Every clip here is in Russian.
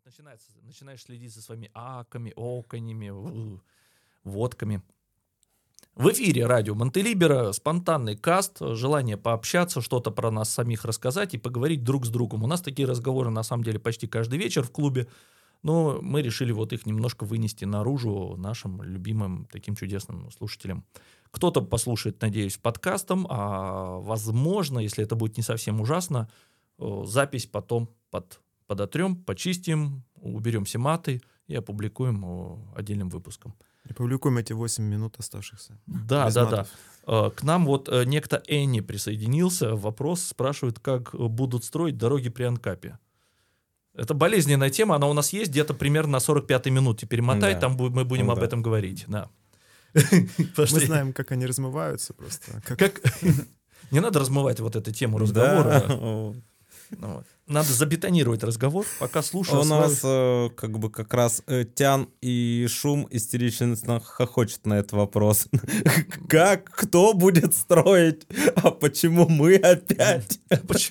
начинаешь следить за своими аками, оконями, водками. В эфире радио Монтелибера, спонтанный каст, желание пообщаться, что-то про нас самих рассказать и поговорить друг с другом. У нас такие разговоры, на самом деле, почти каждый вечер в клубе, но мы решили вот их немножко вынести наружу нашим любимым таким чудесным слушателям. Кто-то послушает, надеюсь, подкастом, а возможно, если это будет не совсем ужасно, запись потом подотрем, почистим, уберем все маты и опубликуем отдельным выпуском. И публикуем эти 8 минут оставшихся. Да. К нам вот некто Энни присоединился. Вопрос спрашивает, как будут строить дороги при Анкапе. Это болезненная тема, она у нас есть где-то примерно на 45-й минуте. Перемотай, там мы будем об этом говорить. Да. Мы знаем, как они размываются просто. Не надо размывать вот эту тему разговора. Надо забетонировать разговор, пока слушаю. У нас как раз Тян и Шум истерично хохочет на этот вопрос. Как? Кто будет строить? А почему мы опять?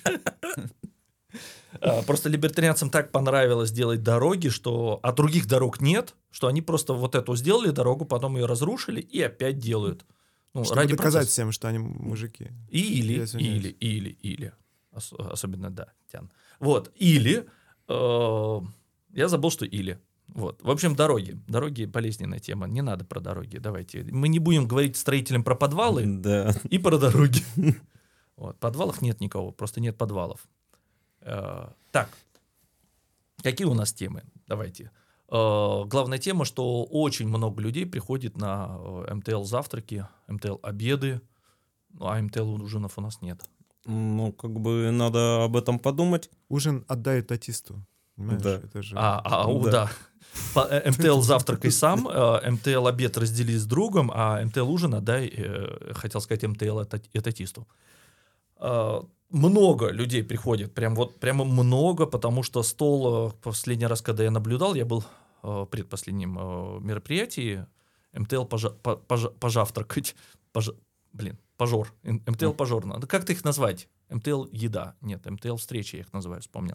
Просто либертарианцам так понравилось делать дороги, а других дорог нет, что они просто вот эту сделали дорогу, потом ее разрушили и опять делают. Чтобы доказать всем, что они мужики. Или. Особенно, да, Тян. Вот, или, я забыл, что или. Вот. В общем, дороги. Дороги — болезненная тема. Не надо про дороги. Давайте. Мы не будем говорить строителям про подвалы и про дороги. Вот. Подвалов нет никого, просто нет подвалов. Так, какие у нас темы? Давайте. Главная тема, что очень много людей приходит на МТЛ-завтраки, МТЛ-обеды, а МТЛ-ужинов у нас нет. Надо об этом подумать. Ужин отдай татисту. Понимаешь? Да. Это же... Да. МТЛ-завтракай сам, МТЛ-обед раздели с другом, а МТЛ-ужин отдай, хотел сказать, МТЛ-этатисту. Много людей приходит, прямо много, потому что стол, последний раз, когда я наблюдал, я был в предпоследнем мероприятии, МТЛ пожавтракать, пожор, МТЛ пожор, надо. Как ты их назвать? МТЛ еда, нет, МТЛ встречи я их называю, вспомнил.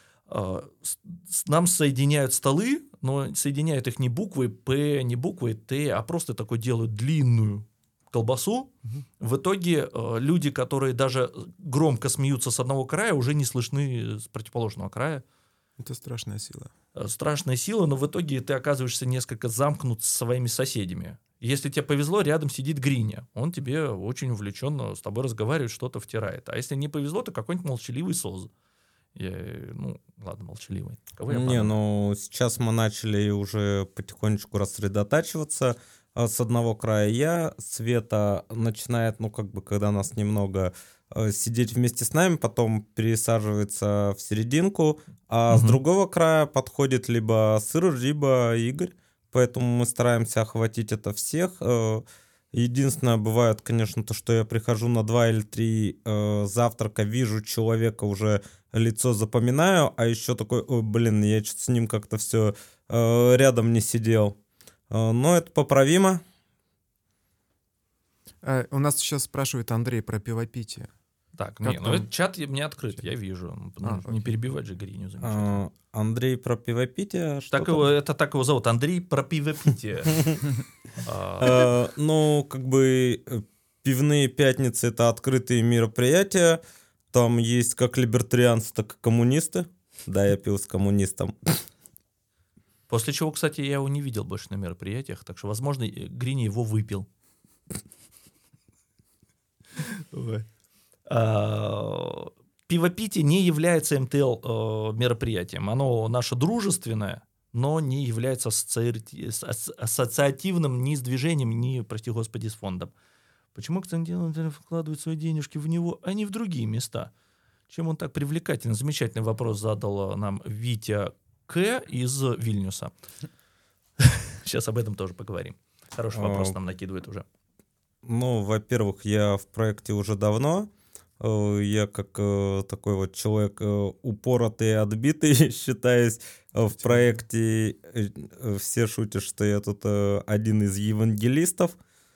Нам соединяют столы, но соединяют их не буквой П, не буквой Т, а просто такой делают длинную колбасу. В итоге люди, которые даже громко смеются с одного края, уже не слышны с противоположного края. Это страшная сила. Страшная сила, но в итоге ты оказываешься несколько замкнут с своими соседями. Если тебе повезло, рядом сидит Гриня. Он тебе очень увлеченно с тобой разговаривает, что-то втирает. А если не повезло, то какой-нибудь молчаливый соз. Ладно, молчаливый. Сейчас мы начали уже потихонечку рассредотачиваться. С одного края я, Света начинает, когда нас немного, сидеть вместе с нами, потом пересаживается в серединку, а с другого края подходит либо Сыр, либо Игорь, поэтому мы стараемся охватить это всех. Единственное, бывает, конечно, то, что я прихожу на 2 или 3 завтрака, вижу человека, уже лицо запоминаю, а еще такой, я что-то с ним как-то все рядом не сидел. Но это поправимо. У нас сейчас спрашивает Андрей про пивопитие. Так, чат мне открыт, я вижу. Не перебивать же Гриню. Андрей про пивопитие? Так его зовут, Андрей про пивопитие. Пивные пятницы — это открытые мероприятия. Там есть как либертарианцы, так и коммунисты. Да, я пил с коммунистом. После чего, кстати, я его не видел больше на мероприятиях, так что, возможно, Грини его выпил. Пивопитие не является МТЛ мероприятием. Оно наше дружественное, но не является ассоциативным ни с движением, ни, прости господи, с фондом. Почему акционеры вкладывают свои денежки в него, а не в другие места? Чем он так привлекателен? Замечательный вопрос задал нам Витя К. из Вильнюса. Сейчас об этом тоже поговорим. Хороший вопрос нам накидывает уже. Во-первых, я в проекте уже давно. Я как такой вот человек упоротый и отбитый считаюсь в проекте. Все шутят, что я тут один из евангелистов.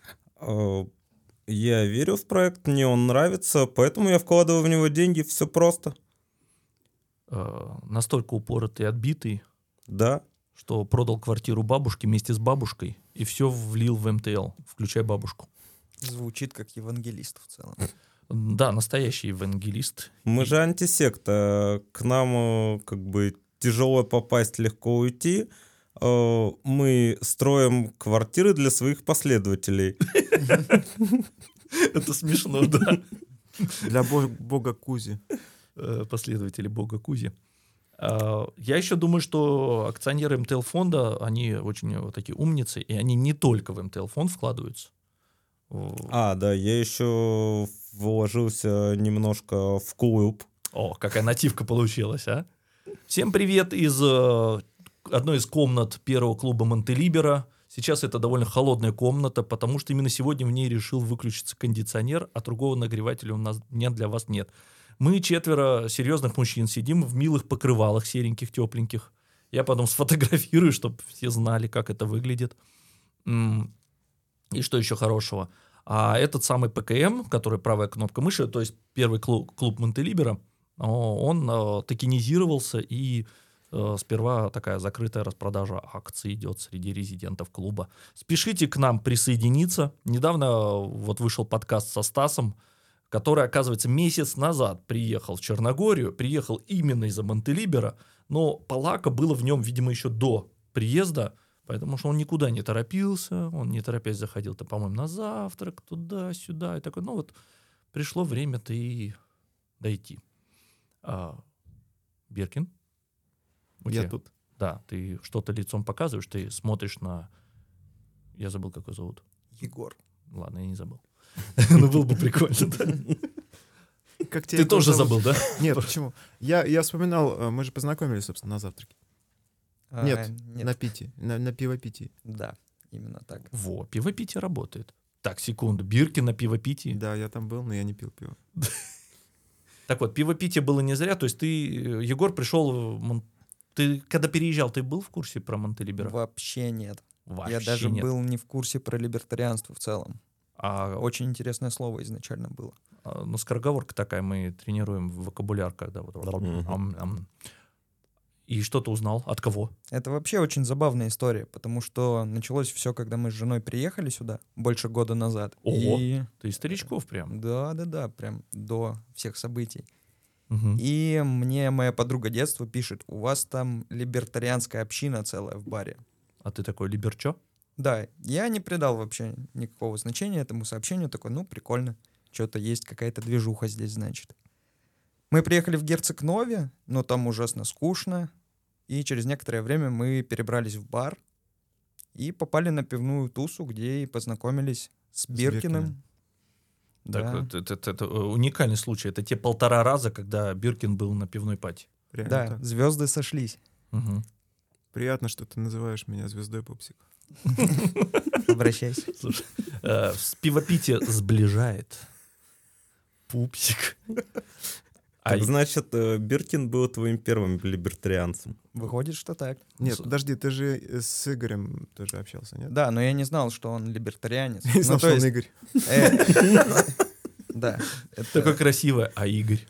Я верю в проект, мне он нравится, поэтому я вкладываю в него деньги, все просто. Настолько упоротый и отбитый, Да. Что продал квартиру бабушке вместе с бабушкой и все влил в МТЛ, включая бабушку. Звучит как евангелист в целом. Да, настоящий евангелист. Мы же антисекта. К нам как бы тяжело попасть, легко уйти. Мы строим квартиры для своих последователей. Это смешно, да. Для бога Кузи. Последователи бога Кузи. Я еще думаю, что акционеры МТЛ-фонда, они очень вот такие умницы, и они не только в МТЛ-фонд вкладываются. Да, я еще вложился немножко в клуб. О, какая нативка получилась, а? Всем привет из одной из комнат первого клуба Монтелибера. Сейчас это довольно холодная комната, потому что именно сегодня в ней решил выключиться кондиционер, а другого нагревателя у меня для вас нет. Мы 4 серьезных мужчин сидим в милых покрывалах сереньких, тепленьких. Я потом сфотографирую, чтобы все знали, как это выглядит. И что еще хорошего? А этот самый ПКМ, который правая кнопка мыши, то есть первый клуб Монтелибера, он токенизировался, и сперва такая закрытая распродажа акций идет среди резидентов клуба. Спешите к нам присоединиться. Недавно вот вышел подкаст со Стасом, который, оказывается, месяц назад приехал в Черногорию, приехал именно из-за Монтелибера, но Палака было в нем, видимо, еще до приезда, потому что он никуда не торопился, он не торопясь заходил-то, по-моему, на завтрак, туда-сюда, и такой, ну вот, пришло время-то и дойти. Биркин? Я тут. Да, ты что-то лицом показываешь, ты смотришь на... Я забыл, как его зовут. Егор. Ладно, я не забыл. Ну, было бы прикольно, да? Ты тоже забыл, да? Нет, почему? Я вспоминал, мы же познакомились, собственно, на завтраке. Нет, на питье, на пивопитии. Да, именно так. Во, пивопитие работает. Так, секунду, Биркин на пивопитии? Да, я там был, но я не пил пиво. Так вот, пивопитие было не зря, то есть ты, Егор, пришел... Ты, когда переезжал, ты был в курсе про Монтелибера? Вообще нет. Вообще Я даже нет. был не в курсе про либертарианство в целом. А, Очень интересное слово изначально было. ну, скороговорка такая, мы тренируем вокабуляр, когда вот... И что ты узнал? От кого? Это вообще очень забавная история, потому что началось все, когда мы с женой приехали сюда больше года назад. Ого, И... ты из старичков прям. Да, прям до всех событий. Мгм. И мне моя подруга детства пишет: у вас там либертарианская община целая в баре. А ты такой, либерчо? Да, я не придал вообще никакого значения этому сообщению, такой, ну, прикольно, что-то есть, какая-то движуха здесь, значит. Мы приехали в Герцег-Нове, но там ужасно скучно, и через некоторое время мы перебрались в бар и попали на пивную тусу, где и познакомились с Биркиным. Так, Да, вот это уникальный случай. Это те 1,5 раза, когда Биркин был на пивной пати. Реально да, так. звезды сошлись. Мгм. Приятно, что ты называешь меня звездой, пупсик. Обращайся. Слушай, пивопитие сближает. Пупсик. Так, А значит, Биркин был твоим первым либертарианцем. Выходит, что так. Нет, подожди, ты же с Игорем тоже общался, нет? Да, но я не знал, что он либертарианец. Я не знал, Ну, то что он есть, Игорь. Да. это- такое красивое. А Игорь?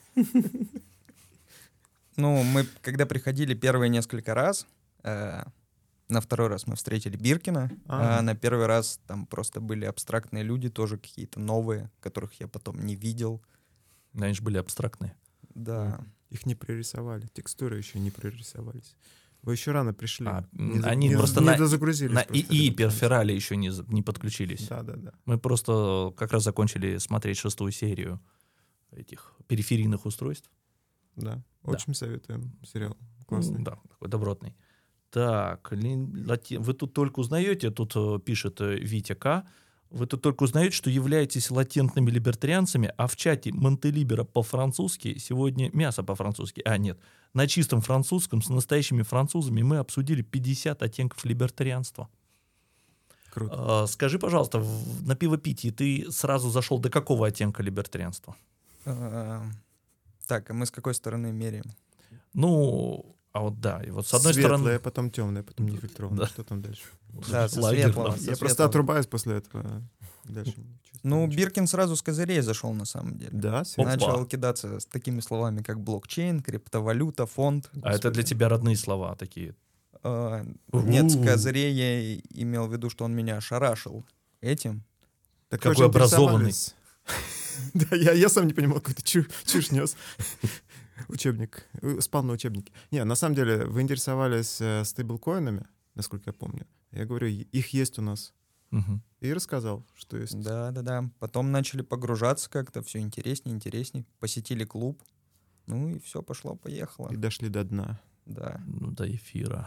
Ну, мы, когда приходили первые несколько раз, на второй раз мы встретили Биркина, А. а на первый раз там просто были абстрактные люди, тоже какие-то новые, которых я потом не видел. Они же были абстрактные. Да. Их не прорисовали, текстуры еще не прорисовались. Вы еще рано пришли. Они просто не на дозагрузились. На просто ИИ до конца. перферали еще не подключились. Да. Мы просто как раз закончили смотреть 6-ю серию этих периферийных устройств. Да. Очень советуем сериал. Классный. Да, такой добротный. Так, вы тут только узнаете, тут пишет Витя К., вы тут только узнаете, что являетесь латентными либертарианцами, а в чате Монтелибера по-французски сегодня мясо по-французски. А, нет, на чистом французском с настоящими французами мы обсудили 50 оттенков либертарианства. Круто. Скажи, пожалуйста, на пивопитии ты сразу зашел до какого оттенка либертарианства? Так, а мы с какой стороны меряем? Ну, а вот да, и вот с одной Светлое, стороны... потом темное, потом нефильтрованное. Да. Что там дальше? Да, со Лагерь, светлого. да. со Я просто светлого. отрубаюсь после этого. Дальше не чувствую Ну, ничего. Биркин сразу с козырей зашел на самом деле. Да, серьезно? Опа. Начал кидаться с такими словами, как блокчейн, криптовалюта, фонд. А это для тебя родные слова такие. Нет, скорее я имел в виду, что он меня ошарашил этим. Так Какой образованный. Да, я сам не понимал, какую-то чушь нес. Учебник. Спал на учебнике. Не, на самом деле, вы интересовались стейблкоинами, насколько я помню. Я говорю, их есть у нас. И рассказал, что есть. Да. Потом начали погружаться как-то, все интереснее. Посетили клуб. Ну и все, пошло-поехало. И дошли до дна. Да. Ну, до эфира.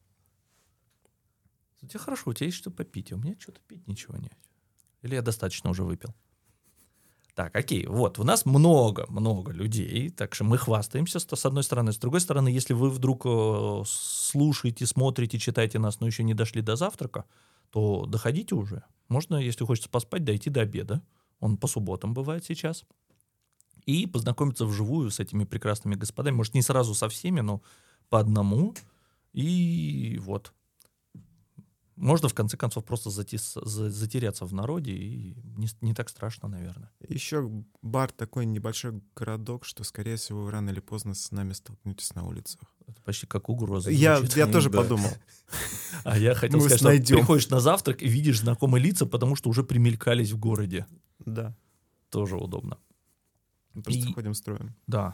У тебя хорошо, у тебя есть что попить, а у меня что-то пить ничего нет. Или я достаточно уже выпил? Так, окей, вот, у нас много людей, так что мы хвастаемся с одной стороны. С другой стороны, если вы вдруг слушаете, смотрите, читаете нас, но еще не дошли до завтрака, то доходите уже. Можно, если хочется поспать, дойти до обеда. Он по субботам бывает сейчас. И познакомиться вживую с этими прекрасными господами. Может, не сразу со всеми, но по одному. И вот. Можно, в конце концов, просто затеряться в народе, и не так страшно, наверное. Еще бар такой небольшой городок, что, скорее всего, вы рано или поздно с нами столкнетесь на улицах. Это почти как угроза. Я тоже подумал. А я хотел сказать, что приходишь на завтрак и видишь знакомые лица, потому что уже примелькались в городе. Да. Тоже удобно. Мы просто ходим строем. Да.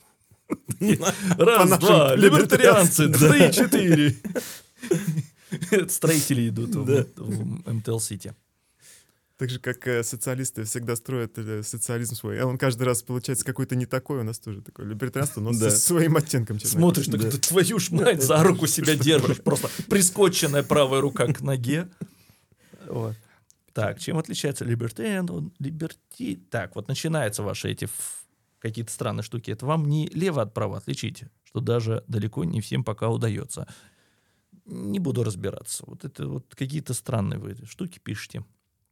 Раз, два, либертарианцы, 3, 4. Строители идут в МТЛ-Сити. Так же, как социалисты всегда строят социализм свой. А он каждый раз получается какой-то не такой. У нас тоже такое либертарианство, но со своим оттенком. Смотришь, так ты твою ж мать за руку себя держишь. Просто прискотченная правая рука к ноге. Так, чем отличается либертариан? Так, вот начинаются ваши эти какие-то странные штуки. Это вам не лево от права, отличите. Что даже далеко не всем пока удается. Не буду разбираться. Вот это вот какие-то странные вы штуки пишете.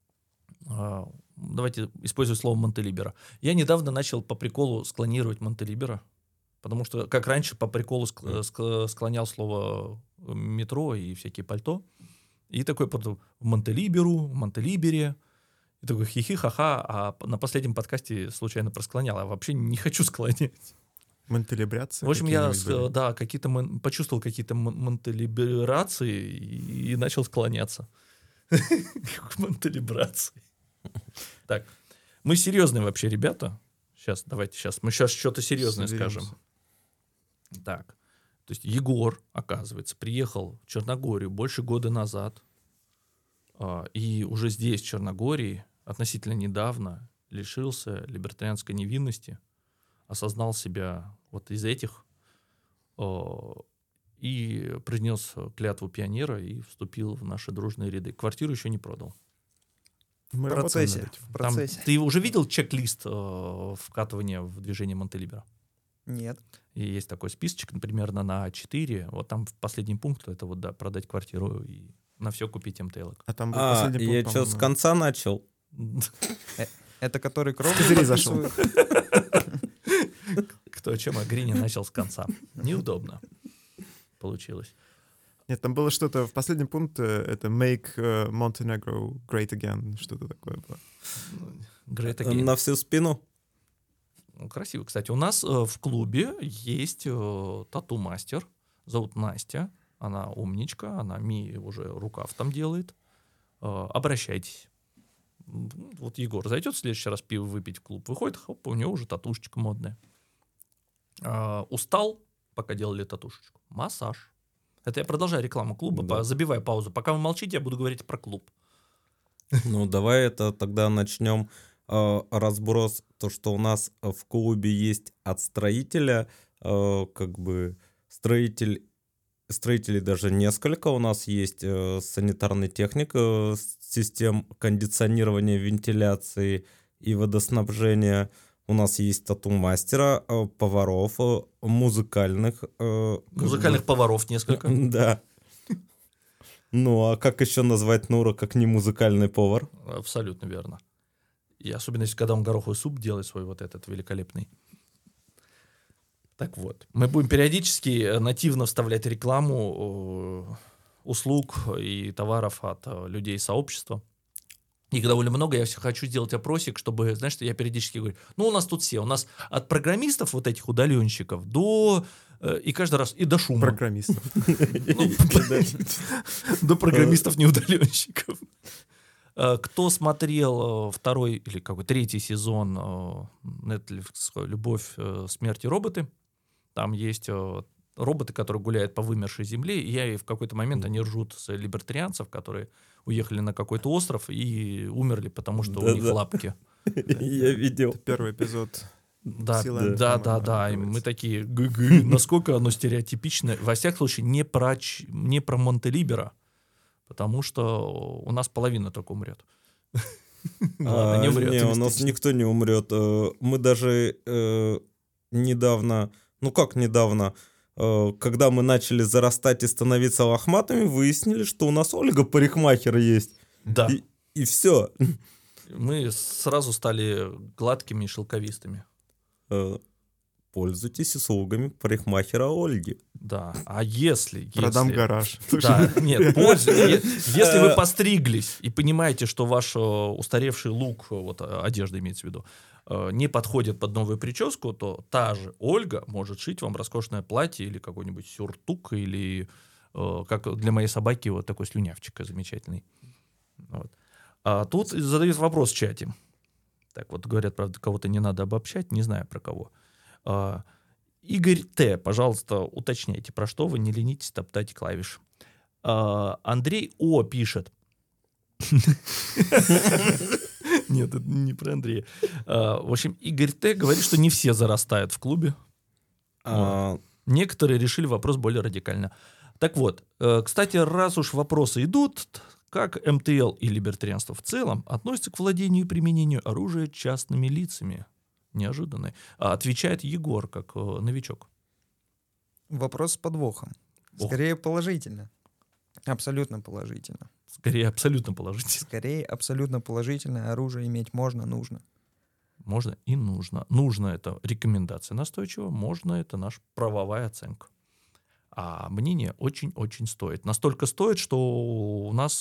Давайте использовать слово Монтелибера. Я недавно начал по приколу склонировать Монтелибера, потому что, как раньше, по приколу склонял слово метро и всякие пальто. И такой потом в Монтелибере. И такой хихи, ха-ха. А на последнем подкасте случайно просклонял. А вообще не хочу склонять. Монтелибрации? В общем, я почувствовал какие-то монтелиберации и начал склоняться. Монтелибрации. Так, мы серьезные вообще ребята. Мы сейчас что-то серьезное скажем. Так, то есть Егор, оказывается, приехал в Черногорию больше года назад. И уже здесь, в Черногории, относительно недавно лишился либертарианской невинности. Осознал себя вот из этих и произнес клятву пионера и вступил в наши дружные ряды. Квартиру еще не продал. В процессе. Ты уже видел чек-лист вкатывания в движение Монтелибера? Нет. И есть такой списочек, например, на А4. Вот там в последний пункт это вот, да, продать квартиру и на все купить МТЛ. А там последний пункт, я что, с конца начал? Это который кровь зашел. Кто о чем, а Грини начал с конца. Неудобно получилось. Нет, там было что-то, в последнем пункте это make Montenegro great again, что-то такое было. Great again. На всю спину? Красиво. Кстати, у нас в клубе есть тату-мастер, зовут Настя, она умничка, она уже рукав там делает. Обращайтесь. Вот Егор зайдет в следующий раз пиво выпить в клуб, выходит, хоп, у него уже татушечка модная. Устал, пока делали татушечку? Массаж. Это я продолжаю рекламу клуба, Да. забивая паузу. Пока вы молчите, я буду говорить про клуб. Ну, давай это тогда начнем разброс. То, что у нас в клубе есть от строителя, как бы строителей даже несколько. У нас есть санитарный техник, систем кондиционирования, вентиляции и водоснабжения. У нас есть тату-мастера, поваров, музыкальных Поваров несколько. Да. Ну, а как еще назвать Нура, как не музыкальный повар? Абсолютно верно. И особенно, если когда он гороховый суп делает свой вот этот великолепный. Так вот, мы будем периодически нативно вставлять рекламу услуг и товаров от людей сообщества. Их довольно много, я все хочу сделать опросик, чтобы, знаешь, я периодически говорю, у нас тут все, у нас от программистов, вот этих удаленщиков, до И каждый раз, и до шума. Программистов. До программистов-неудаленщиков. Кто смотрел второй или третий сезон Netflix «Любовь, смерть и роботы», там есть роботы, которые гуляют по вымершей земле, и в какой-то момент они ржут с либертарианцев, которые уехали на какой-то остров и умерли, потому что у них лапки. Я видел. Первый эпизод. Да, Сила, да, по-моему, да. И называется. мы такие, насколько оно стереотипично. Во всяком случае, не про Монтелибера, потому что у нас половина только умрет. Ладно, не умрет. Не, у нас никто не умрет. Мы даже недавно, когда мы начали зарастать и становиться лохматыми, выяснили, что у нас Ольга парикмахер есть. Да. И все. Мы сразу стали гладкими и шелковистыми. Пользуйтесь услугами парикмахера Ольги. Да. А если... Продам гараж. Да, нет, если вы постриглись и понимаете, что ваш устаревший лук, вот одежда имеется в виду, не подходит под новую прическу, то та же Ольга может шить вам роскошное платье или какой-нибудь сюртук, или как для моей собаки вот такой слюнявчик замечательный. Вот. А тут задают вопрос в чате. Так вот, говорят, правда, кого-то не надо обобщать, не знаю про кого. Игорь Т., пожалуйста, уточняйте, про что вы, не ленитесь топтать клавиши. Андрей О. пишет. Нет, это не про Андрея. В общем, Игорь Т. говорит, что не все зарастают в клубе. Некоторые решили вопрос более радикально. Так вот, кстати, раз уж вопросы идут, как МТЛ и либертарианство в целом относятся к владению и применению оружия частными лицами? Неожиданный. Отвечает Егор, как новичок. Вопрос с подвохом. Скорее положительно. Абсолютно положительно. Скорее абсолютно положительно. Скорее абсолютно положительно. Оружие иметь можно, нужно. Можно и нужно. Нужно — это рекомендация настойчиво, можно — это наша правовая оценка. А мнение очень-очень стоит. Настолько стоит, что у нас...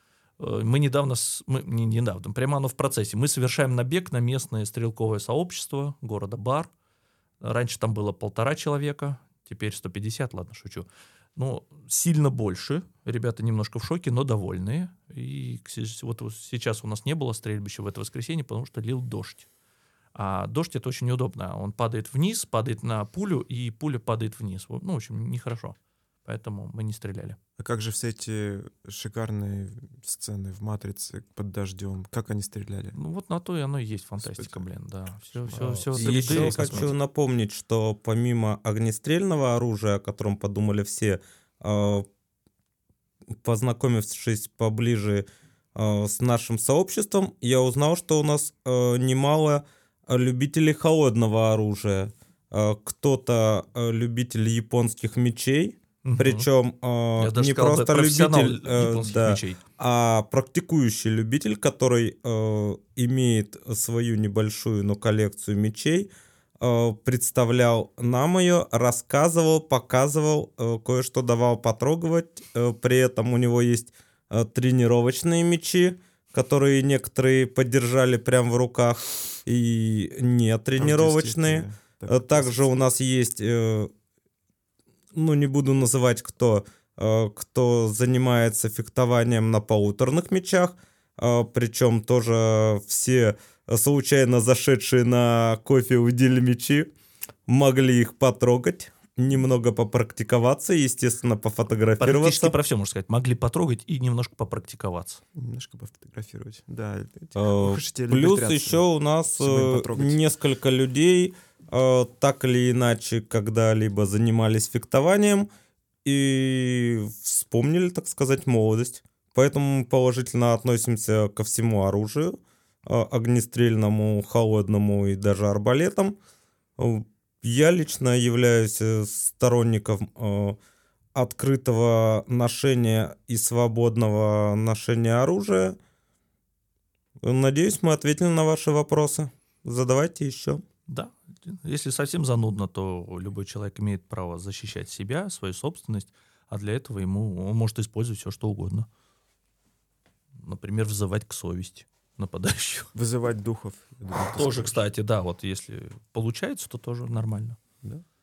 прямо оно в процессе. Мы совершаем набег на местное стрелковое сообщество города Бар. Раньше там было 1,5 человека, теперь 150, ладно, шучу. Ну, сильно больше. Ребята немножко в шоке, но довольные. И вот сейчас у нас не было стрельбища в это воскресенье, потому что лил дождь. А дождь — это очень неудобно. Он падает вниз, падает на пулю, и пуля падает вниз. Ну, в общем, нехорошо. Поэтому мы не стреляли. А как же все эти шикарные сцены в «Матрице» под дождем? Как они стреляли? Ну, вот на то и оно и есть фантастика, блин, да. Все Еще хочу напомнить, что помимо огнестрельного оружия, о котором подумали все, познакомившись поближе с нашим сообществом, я узнал, что у нас немало любителей холодного оружия. Кто-то любитель японских мечей, причем не просто любитель, мечей. а практикующий любитель, который имеет свою небольшую, но коллекцию мечей, представлял нам ее, рассказывал, показывал, кое-что давал потрогать. При этом у него есть тренировочные мечи, которые некоторые подержали прямо в руках, и не тренировочные. Также у нас есть, не буду называть кто занимается фехтованием на полуторных мечах, причем тоже все случайно зашедшие на кофе удили мечи, могли их потрогать, немного попрактиковаться, естественно, пофотографироваться. Практически про все, можно сказать. Могли потрогать и немножко попрактиковаться. Немножко пофотографировать, да. Плюс еще у нас несколько людей так или иначе когда-либо занимались фехтованием и вспомнили, так сказать, молодость. Поэтому мы положительно относимся ко всему оружию, огнестрельному, холодному и даже арбалетам. Я лично являюсь сторонником открытого ношения и свободного ношения оружия. Надеюсь, мы ответили на ваши вопросы. Задавайте еще. Да, если совсем занудно, то любой человек имеет право защищать себя, свою собственность, а для этого он может использовать все, что угодно. Например, взывать к совести нападающего. Вызывать духов. Тоже, кстати, да, вот если получается, то тоже нормально. Да?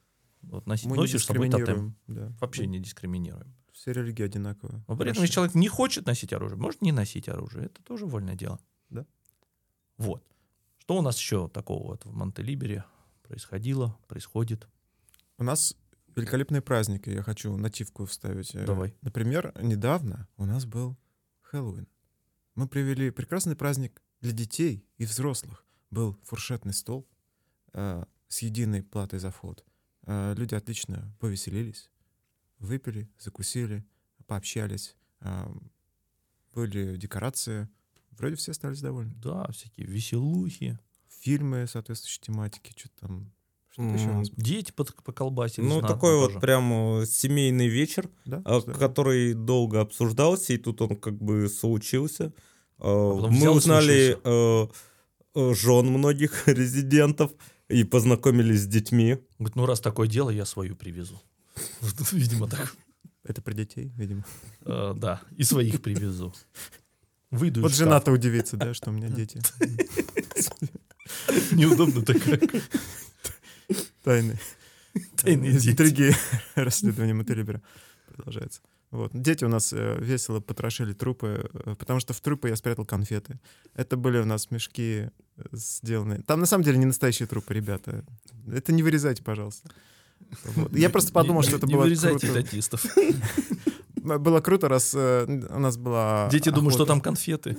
Вот Мы не носишь с собой тотем. дискриминируем. Да. Вообще не дискриминируем. Все религии одинаковые. Но при этом, Наши. если человек не хочет носить оружие, может не носить оружие. Это тоже вольное дело. Да. Вот. Что у нас еще такого вот в Монтелибере происходит? У нас великолепные праздники. Я хочу нативку вставить. Давай. Например, недавно у нас был Хэллоуин. Мы привели прекрасный праздник для детей и взрослых. Был фуршетный стол с единой платой за вход. Люди отлично повеселились, выпили, закусили, пообщались. Были декорации. Вроде все остались довольны. Да, всякие веселухи. Фильмы соответствующей тематики. Что-то там... Что-то еще у нас было. Дети поколбасили. Ну, знатно такой вот тоже. прям семейный вечер, Да? который долго обсуждался, и тут он как бы случился. потом Мы взял и узнали жен многих резидентов и познакомились с детьми. Говорит, ну раз такое дело, я свою привезу. Видимо, так. Это про детей, видимо. Да, и своих привезу. Выйду Вот из жена-то удивится, да, что у меня дети. шкафа. Неудобно такая. Тайны. Тайные дети. Интриги расследования Монтелибера продолжается. Вот. Дети у нас весело потрошили трупы, потому что в трупы я спрятал конфеты. Это были у нас мешки сделанные. Там на самом деле не настоящие трупы, ребята. Это не вырезайте, пожалуйста. Вот. Я просто подумал, что это не было вырезайте круто. датистов. Было круто, раз у нас была Дети думают, что охота. там конфеты.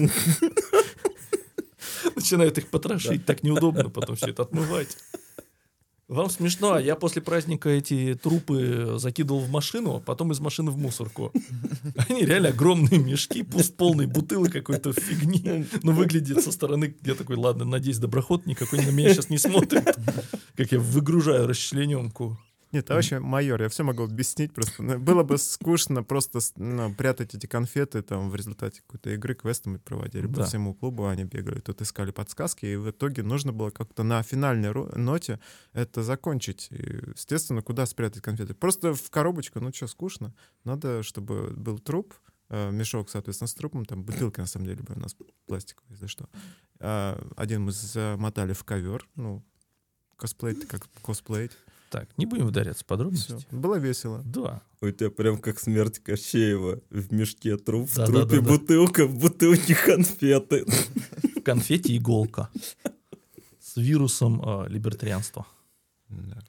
Начинают их потрошить. Так неудобно потом все это отмывать. Вам смешно, а я после праздника эти трупы закидывал в машину, а потом из машины в мусорку. Они реально огромные мешки, полные бутылы какой-то фигни. Но выглядит со стороны, я такой, ладно, надеюсь, доброход никакой на меня сейчас не смотрит. Как я выгружаю расчлененку. Нет, товарищ майор, я все могу объяснить просто. Было бы скучно просто прятать эти конфеты там в результате какой-то игры, квеста мы проводили по Да. всему клубу, они бегали, тут искали подсказки, и в итоге нужно было как-то на финальной ноте это закончить. И, естественно, куда спрятать конфеты? Просто в коробочку, ну что, скучно. Надо, чтобы был труп, мешок, соответственно, с трупом, там бутылки, на самом деле, были у нас пластиковые, если что. Один мы замотали в ковер, ну, косплеить, как косплеить. Так, не будем вдаряться в Всё. подробности. Было весело. Да. У тебя прям как смерть Кощеева. В мешке труп, в Да, трупе да, да, да. бутылка, в бутылке конфеты. В конфете иголка. С вирусом либертарианства. Да.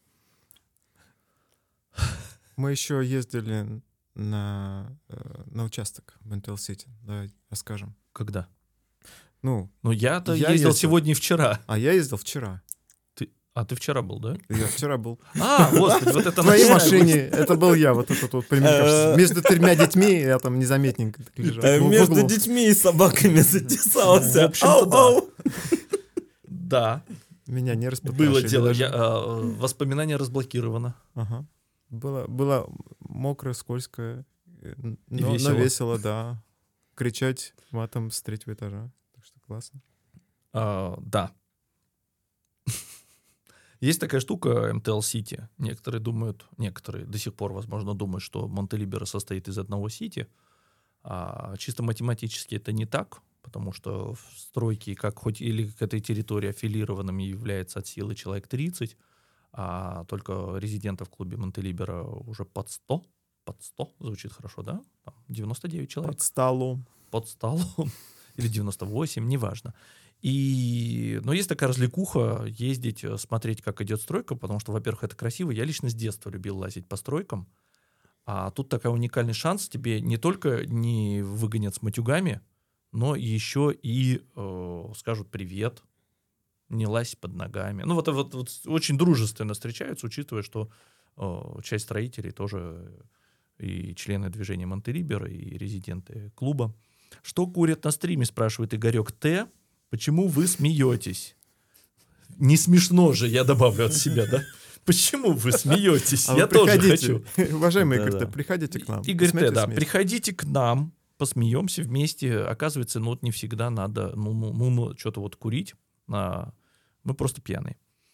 Мы еще ездили на участок в Интел-Сити. Давай расскажем. Когда? Ну, Ну, я-то Я ездил ездил. сегодня и вчера. а я ездил вчера. Ты вчера был, да? Я вчера был. А, господи, вот это В твоей начало. машине, это был я, вот этот вот пример. Между тремя детьми я там незаметненько так лежал. В Между углу. детьми и собаками затесался. В общем-то, Ау-ау. Да, Меня не распотрошили. было дело. даже. Воспоминание разблокировано. Ага. Было мокро, скользко, но весело. весело, да. Кричать матом с 3-го этажа. Так что классно. Да. Есть такая штука MTL City. Некоторые до сих пор, возможно, думают, что Монтелиберо состоит из одного сити. А чисто математически это не так, потому что в стройке или к этой территории аффилированными является от силы человек 30, а только резидентов в клубе Монтелиберо уже под 100. Под 100 звучит хорошо, да? Там 99 человек. Под столом. Под столом. Или 98, неважно. Но есть такая развлекуха, ездить, смотреть, как идет стройка, потому что, во-первых, это красиво. Я лично с детства любил лазить по стройкам. А тут такой уникальный шанс. Тебе не только не выгонят с матюгами, но еще и скажут привет, не лазь под ногами. Ну, вот очень дружественно встречаются, учитывая, что часть строителей тоже и члены движения Монтелиберо, и резиденты клуба. Что курят на стриме, спрашивает Игорек Т. Почему вы смеетесь? Не смешно же, я добавлю от себя, да? Почему вы смеетесь? А Я вы тоже приходите. хочу. Уважаемые Да-да. Игорь, приходите к нам. Игорь Т, Посмейтесь да, вместе. приходите к нам, посмеемся вместе. Оказывается, вот не всегда надо, что-то вот курить. Мы просто пьяные.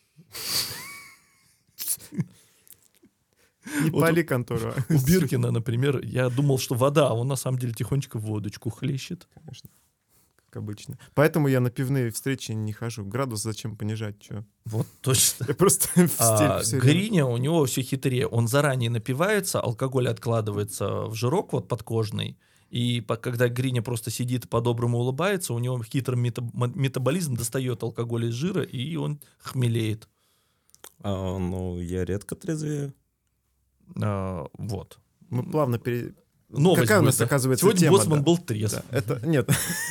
Не Вот пали контору. У Биркина, например, я думал, что вода, а он на самом деле тихонечко водочку хлещет. Конечно. как обычно. Поэтому я на пивные встречи не хожу. Градус зачем понижать, что? Вот точно. Я просто в стельку всё время. Гриня у него все хитрее. Он заранее напивается, алкоголь откладывается в жирок вот подкожный. И когда Гриня просто сидит по-доброму улыбается, у него хитрый метаболизм достает алкоголь из жира, и он хмелеет. Ну, я редко трезвею. Вот. Мы плавно Новость Какая у будет, нас, да? оказывается, Сегодня тема? Боцман да? был трезв. Да, это нет.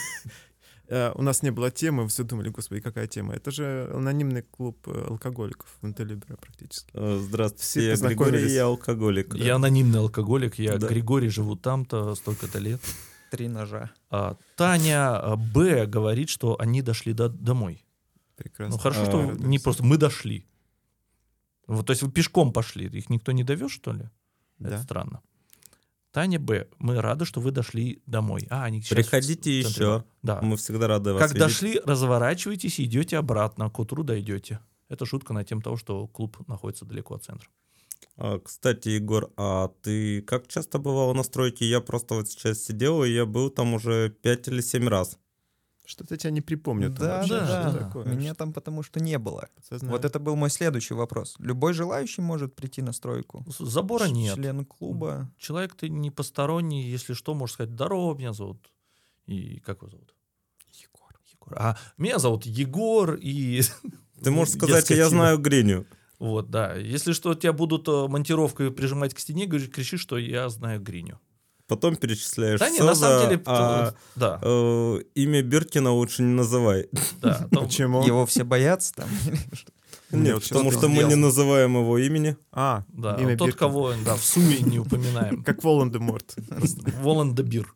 У нас не было темы, все думали, господи, какая тема? Это же анонимный клуб алкоголиков Монтелибера практически. Здравствуйте, Все я Григорий, познакомились. я алкоголик. Я анонимный алкоголик, я Да. Григорий, живу там-то столько-то лет. 3 ножа. Таня Б. говорит, что они дошли домой. Прекрасно. Ну хорошо, что Радуемся. не просто мы дошли. Вот, то есть вы пешком пошли, их никто не довез, что ли? Это Да. странно. Таня Б. Мы рады, что вы дошли домой. Они сейчас Приходите в центре еще. города. Да. Мы всегда рады вас Как видеть. дошли, разворачивайтесь и идете обратно. К утру дойдете. Это шутка на тему того, что клуб находится далеко от центра. Кстати, Егор, а ты как часто бывал на стройке? Я просто вот сейчас сидел, и я был там уже 5 или 7 раз. Что-то тебя не припомню. там Да, вообще, да, что да. такое? Меня там потому что не было. Подсознание. Вот это был мой следующий вопрос. Любой желающий может прийти на стройку? Забора нет. Член клуба. Человек ты не посторонний, если что, можешь сказать: здорово, меня зовут. И как его зовут? Егор. Меня зовут Егор, и... Ты можешь сказать, я знаю Гриню. Вот, да. Если что, тебя будут монтировкой прижимать к стене, кричи, что я знаю Гриню. Потом перечисляешь Да не, СОЗа, на самом деле... а Да, имя Биркина лучше не называй. да. Почему? Его все боятся там? Мне Нет, вот потому что-то что мы не сделал. называем его имени. А, Да, имя тот, Биркин. кого в суе не упоминаем. Как Волан-де-Морт. Волан-де-Бир.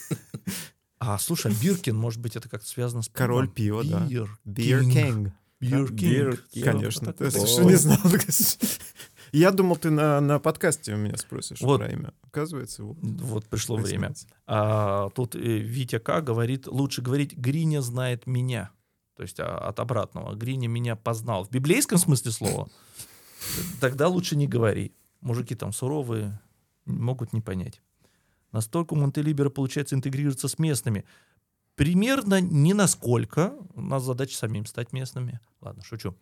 Слушай, Биркин, может быть, это как-то связано с Король пивом? пива, да. Бир. Beer King. Бир Beer Кинг. King. Конечно. Ты О. что не знал? Я думал, ты на подкасте у меня спросишь Вот. про имя. Оказывается, вот. Вот пришло время. Происходит. Тут Витя К. говорит, лучше говорить: Гриня знает меня. То есть от обратного. Гриня меня познал. В библейском смысле слова. Тогда лучше не говори. Мужики там суровые, могут не понять. Настолько у Монтелибера получается интегрироваться с местными. Примерно не насколько. У нас задача самим стать местными. Ладно, шучу.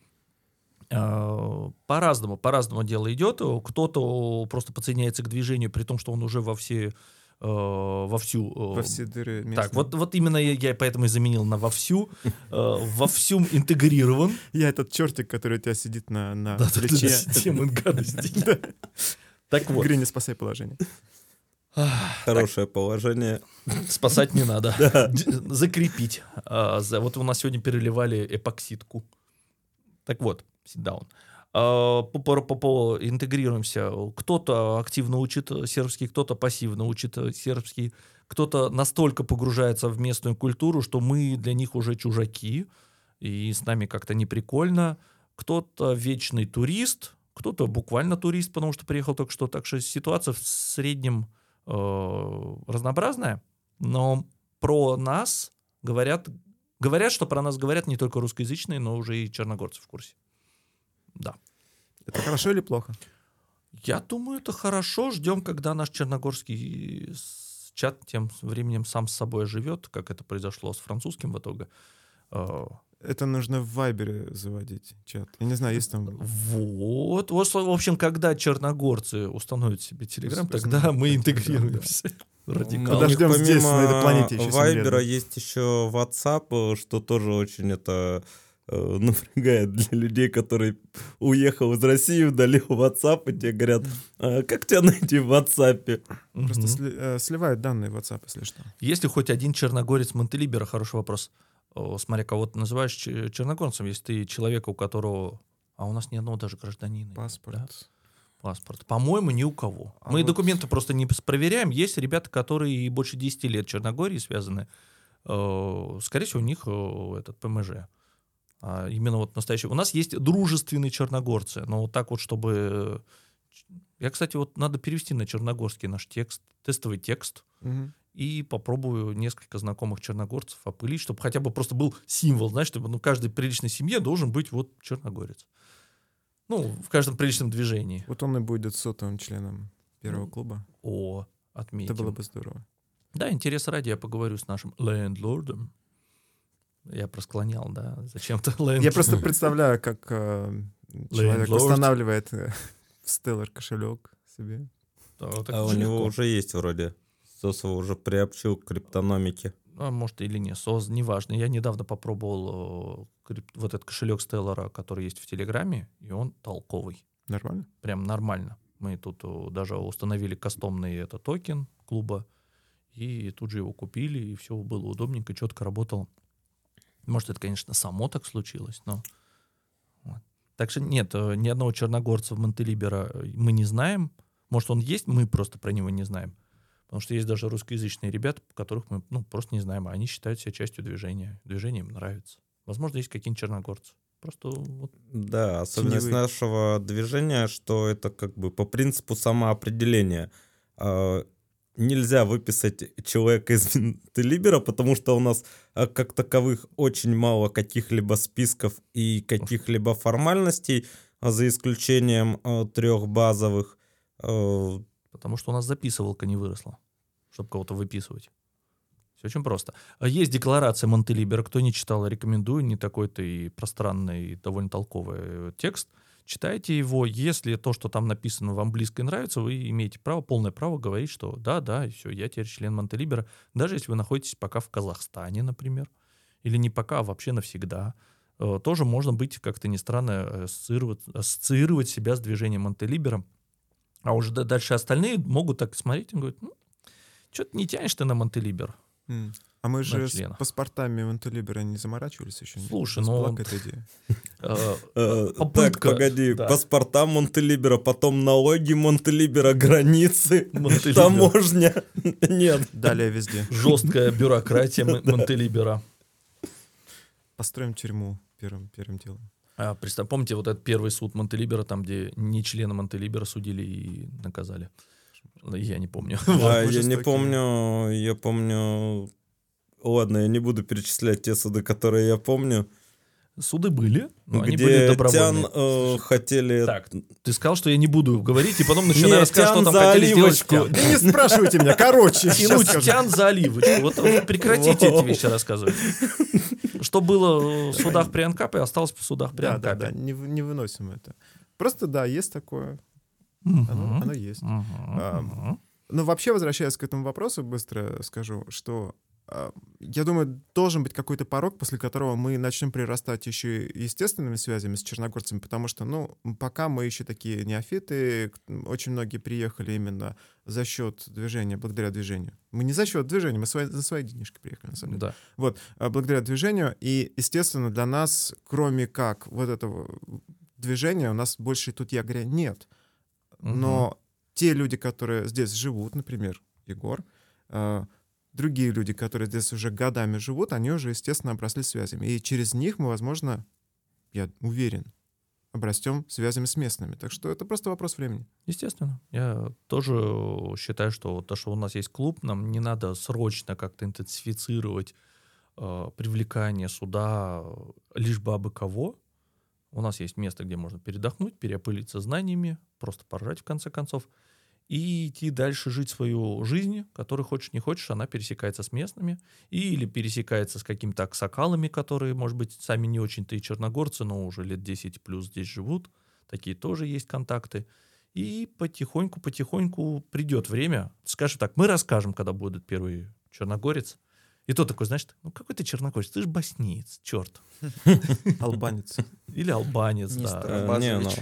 По-разному дело идет. Кто-то просто подсоединяется к движению, при том, что он уже во все Во все дыры местные. Так, вот именно я поэтому и заменил на вовсю. Во всем интегрирован. Я этот чертик, который у тебя сидит на Да, плече. система гадостей. Так вот, Гриня, спасай положение. Хорошее положение. спасать не надо. Закрепить. Вот у нас сегодня переливали эпоксидку. Так вот, sit down. Интегрируемся. Кто-то активно учит сербский, кто-то пассивно учит сербский, кто-то настолько погружается в местную культуру, что мы для них уже чужаки, и с нами как-то неприкольно. Кто-то вечный турист, кто-то буквально турист, потому что приехал только что. Так что ситуация в среднем разнообразная, но про нас говорят, что про нас говорят не только русскоязычные, но уже и черногорцы в курсе. Да. Это хорошо или плохо? Я думаю, это хорошо. Ждем, когда наш черногорский чат тем временем сам с собой живет, как это произошло с французским в итоге. Это нужно в Вайбере заводить чат. Я не знаю, есть там... Вот, в общем, когда черногорцы установят себе Телеграм, Просто тогда мы Telegram, интегрируемся. У Радикал. Подождем них здесь, на этой помимо планете еще 7 лет, Вайбера да. есть еще WhatsApp, что тоже очень это напрягает для людей, которые уехал из России, удалил WhatsApp, и тебе говорят: как тебя найти в WhatsApp? Просто Мгм. сливают данные в WhatsApp, если что. Если хоть один черногорец Монтелибера, хороший вопрос. Смотря кого ты называешь черногорцем, если ты человека, у которого... А у нас ни одного даже гражданина. нет, Паспорт. да? Паспорт. По-моему, ни у кого. А Мы вот- документы просто не проверяем. Есть ребята, которые больше 10 лет в Черногории связаны. Скорее всего, у них этот ПМЖ. Именно вот настоящий. У нас есть дружественные черногорцы, но вот так вот, чтобы... Я, кстати, вот надо перевести на черногорский наш текст, тестовый текст, Мгм. и попробую несколько знакомых черногорцев опылить, чтобы хотя бы просто был символ, знаешь, чтобы в каждой приличной семье должен быть вот черногорец. Ну, в каждом приличном движении. Вот он и будет 100-м членом первого клуба. Отметим. Это было бы здорово. Да, интерес ради, я поговорю с нашим лендлордом. Я просклонял, да, зачем-то ленд. Я просто представляю, как человек Landlord. устанавливает в Stellar кошелек себе. Да, так А у же него легко. уже есть вроде. Сосова уже приобщил к криптономике. А может или не, неважно. Я недавно попробовал вот этот кошелек Stellar, который есть в Телеграме, и он толковый. Нормально? Прям нормально. Мы тут даже установили кастомный токен клуба, и тут же его купили, и все было удобненько, четко работало. Может, это, конечно, само так случилось, но... Вот. Так что нет, ни одного черногорца в Монтелиберо мы не знаем. Может, он есть, мы просто про него не знаем. Потому что есть даже русскоязычные ребята, которых мы просто не знаем, а они считают себя частью движения. Движение им нравится. Возможно, есть какие-нибудь черногорцы. Просто вот... Да, особенность Теневые. нашего движения, что это как бы по принципу самоопределения. Нельзя выписать человека из Монтелиберо, потому что у нас как таковых очень мало каких-либо списков и каких-либо формальностей, за исключением 3 базовых. Потому что у нас записывалка не выросла, чтобы кого-то выписывать. Все очень просто. Есть декларация Монтелиберо. Кто не читал, рекомендую. Не такой-то и пространный, и довольно толковый текст. Читайте его. Если то, что там написано, вам близко и нравится, вы имеете право, полное право говорить, что да, и все, я теперь член Монтелиберо. Даже если вы находитесь пока в Казахстане, например. Или не пока, а вообще навсегда. Тоже можно быть, как-то ни странно, ассоциировать себя с движением Монтелиберо. А уже дальше остальные могут так смотреть и говорить, что-то не тянешь ты на Монтелиберо. А мы же члена. с паспортами Монтелиберо не заморачивались еще? Слушай, У нас ну... была какая-то идея. Так, Попытка, погоди, да. паспорта Монтелиберо, потом налоги Монтелиберо, границы, Монтелиберо. таможня. Нет. Далее везде. Жесткая бюрократия Монтелиберо. Построим тюрьму первым делом. Помните вот этот первый суд Монтелиберо, там, где не члена Монтелиберо судили и наказали? Я не помню. Я мы не жестокие. помню, я помню... Ладно, я не буду перечислять те суды, которые я помню. Суды были, но они были Где добровольные. Тян хотели... Так, ты сказал, что я не буду говорить, и потом начинаю Не, рассказывать, что Тян там за хотели сделать оливочку. Тян. Да не спрашивайте меня, короче. щас Тянуть скажу. Тян за оливочку. Вот прекратите Во. эти вещи рассказывать. Что было в судах при Анкапе, осталось в судах при Да, Анкапе. не выносим это. Просто да, есть такое. Мгм. Оно есть. Мгм. Мгм. Но вообще, возвращаясь к этому вопросу, быстро скажу, что я думаю, должен быть какой-то порог, после которого мы начнем прирастать еще и естественными связями с черногорцами, потому что, пока мы еще такие неофиты, очень многие приехали именно за счет движения, благодаря движению. Мы не за счет движения, мы за свои денежки приехали, на самом деле. Да. Вот, благодаря движению, и, естественно, для нас, кроме как вот этого движения, у нас больше тут якоря нет. Но те люди, которые здесь живут, например, Егор, другие люди, которые здесь уже годами живут, они уже, естественно, обросли связями. И через них мы, возможно, я уверен, обрастем связями с местными. Так что это просто вопрос времени. Естественно. Я тоже считаю, что то, что у нас есть клуб, нам не надо срочно как-то интенсифицировать привлекание сюда лишь бы абы кого. У нас есть место, где можно передохнуть, переопылиться знаниями, просто поржать в конце концов, и идти дальше жить свою жизнь, которую хочешь не хочешь, она пересекается с местными, или пересекается с какими-то аксакалами, которые, может быть, сами не очень-то и черногорцы, но уже лет 10 плюс здесь живут. Такие тоже есть контакты. И потихоньку придет время. Скажем так, мы расскажем, когда будет первый черногорец. И тот такой, знаешь, какой ты черногорец? Ты же боснеец, черт. Албанец. Или албанец, Мистер да. Абазович.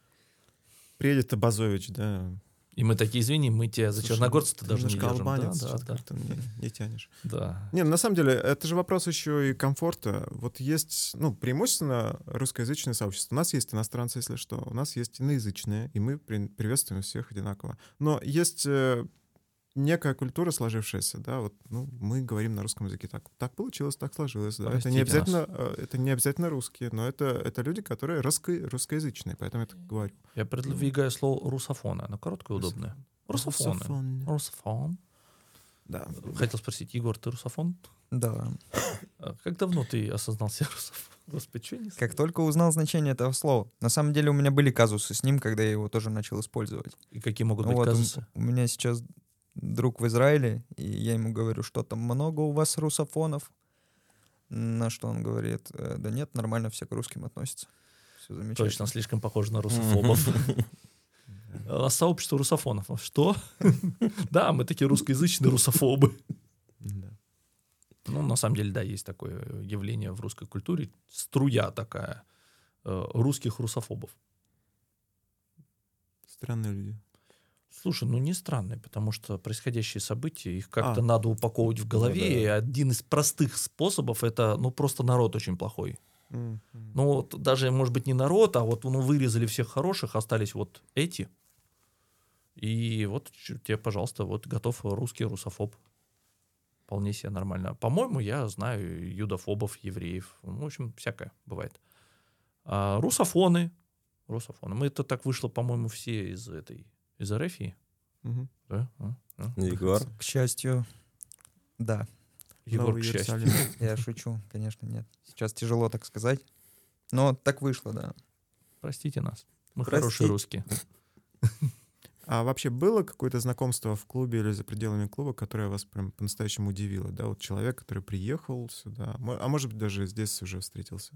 Приедет Абазович, да. И мы такие, извини, мы тебя за Слушай, черногорца-то ты даже не немножко держим. албанец, Да, что-то да, как-то не тянешь. да. Не, на самом деле, это же вопрос еще и комфорта. Вот есть, преимущественно русскоязычное сообщество. У нас есть иностранцы, если что. У нас есть иноязычные, и мы приветствуем всех одинаково. Но есть некая культура сложившаяся, да, вот, мы говорим на русском языке. Так получилось, так сложилось. Да. Это не обязательно русские, но это люди, которые русскоязычные, поэтому я так говорю. Я продвигаю слово русофоны. Оно короткое и удобное. Русофоны. Русофон. Да. Хотел спросить, Егор, ты русофон? Да. Как давно ты осознал себя русофон? Господи, что не Как только узнал значение этого слова. На самом деле у меня были казусы с ним, когда я его тоже начал использовать. И какие могут Ну быть вот, казусы? у меня сейчас друг в Израиле, и я ему говорю, что там много у вас русофонов. На что он говорит, да нет, нормально все к русским относятся. Все замечательно. Точно, слишком похоже на русофобов. Сообщество русофонов. Что? Да, мы такие русскоязычные русофобы. Да. Ну, на самом деле, да, есть такое явление в русской культуре. Струя такая русских русофобов. Странные люди. Слушай, ну не странные, потому что происходящие события, их как-то надо упаковывать в голове. Ну да. И один из простых способов — это, ну, просто народ очень плохой. Мгм. Ну, вот даже, может быть, не народ, а вот ну, вырезали всех хороших, остались вот эти. И вот тебе, пожалуйста, вот готов русский русофоб. Вполне себе нормально. По-моему, я знаю юдофобов, евреев. В общем, всякое бывает. А русофоны. Мы это так вышло, по-моему, все из РФ. Мгм. Да? Егор. К счастью, да. Егор, Новый к счастью. Иерусалим. Я шучу, конечно, нет. Сейчас тяжело так сказать. Но так вышло, да. Простите нас. Мы Простите. хорошие русские. А вообще было какое-то знакомство в клубе или за пределами клуба, которое вас прям по-настоящему удивило? Да, вот человек, который приехал сюда, а может быть даже здесь уже встретился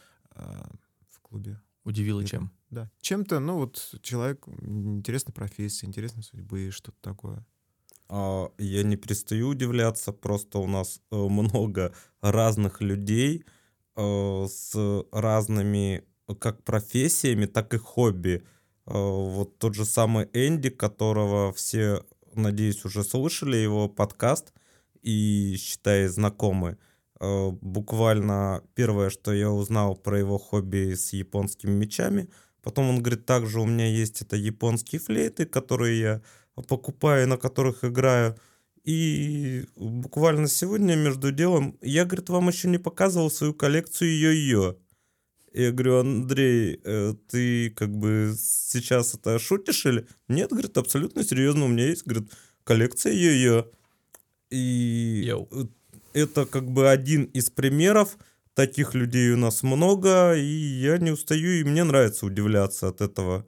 в клубе. Удивило Или- чем? Да. Чем-то, ну вот человек интересной профессии, интересной судьбы, что-то такое. Я не перестаю удивляться, просто у нас много разных людей с разными как профессиями, так и хобби. Вот тот же самый Энди, которого все, надеюсь, уже слышали, его подкаст и, считай, знакомы. Буквально первое, что я узнал про его хобби с японскими мечами. Потом он говорит, также у меня есть это японские флейты, которые я покупаю, на которых играю. И буквально сегодня между делом я, говорит, вам еще не показывал свою коллекцию йо-йо. Я говорю, Андрей, ты как бы сейчас это шутишь или? Нет, говорит, абсолютно серьезно, у меня есть, говорит, коллекция йо-йо. И Йоу. это как бы один из примеров. Таких людей у нас много, и я не устаю, и мне нравится удивляться от этого.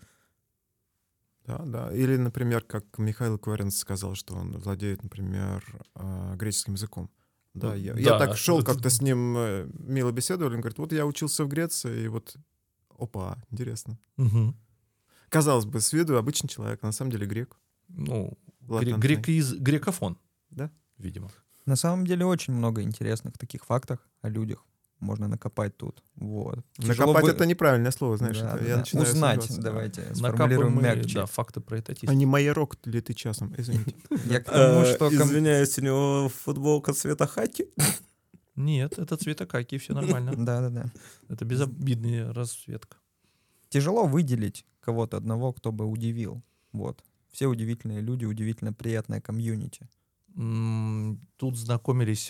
Да, да. Или, например, как Михаил Кваренц сказал, что он владеет, например, греческим языком. Да, я Да. так шел, как-то с ним мило беседовали. Он говорит, вот я учился в Греции, и вот, опа, интересно. Мгм. Казалось бы, с виду обычный человек, а на самом деле грек. Ну, Латентный. грекофон. Да. Видимо. На самом деле очень много интересных таких фактов о людях. Можно накопать тут. Вот. Тяжело Накопать вы- это неправильное слово, знаешь. Да, это да, я да. начинаю Узнать, сомневаться. давайте, Накапаем сформулируем мы, мягче. да, факты про этатист. А не майорок ли ты часом? Извините. Я к тому, что... Извиняюсь, у него футболка цвета хаки. Нет, это цвета каки, все нормально. Да-да-да. Это безобидная расцветка. Тяжело выделить кого-то одного, кто бы удивил. Вот. Все удивительные люди, удивительно приятная комьюнити. Тут знакомились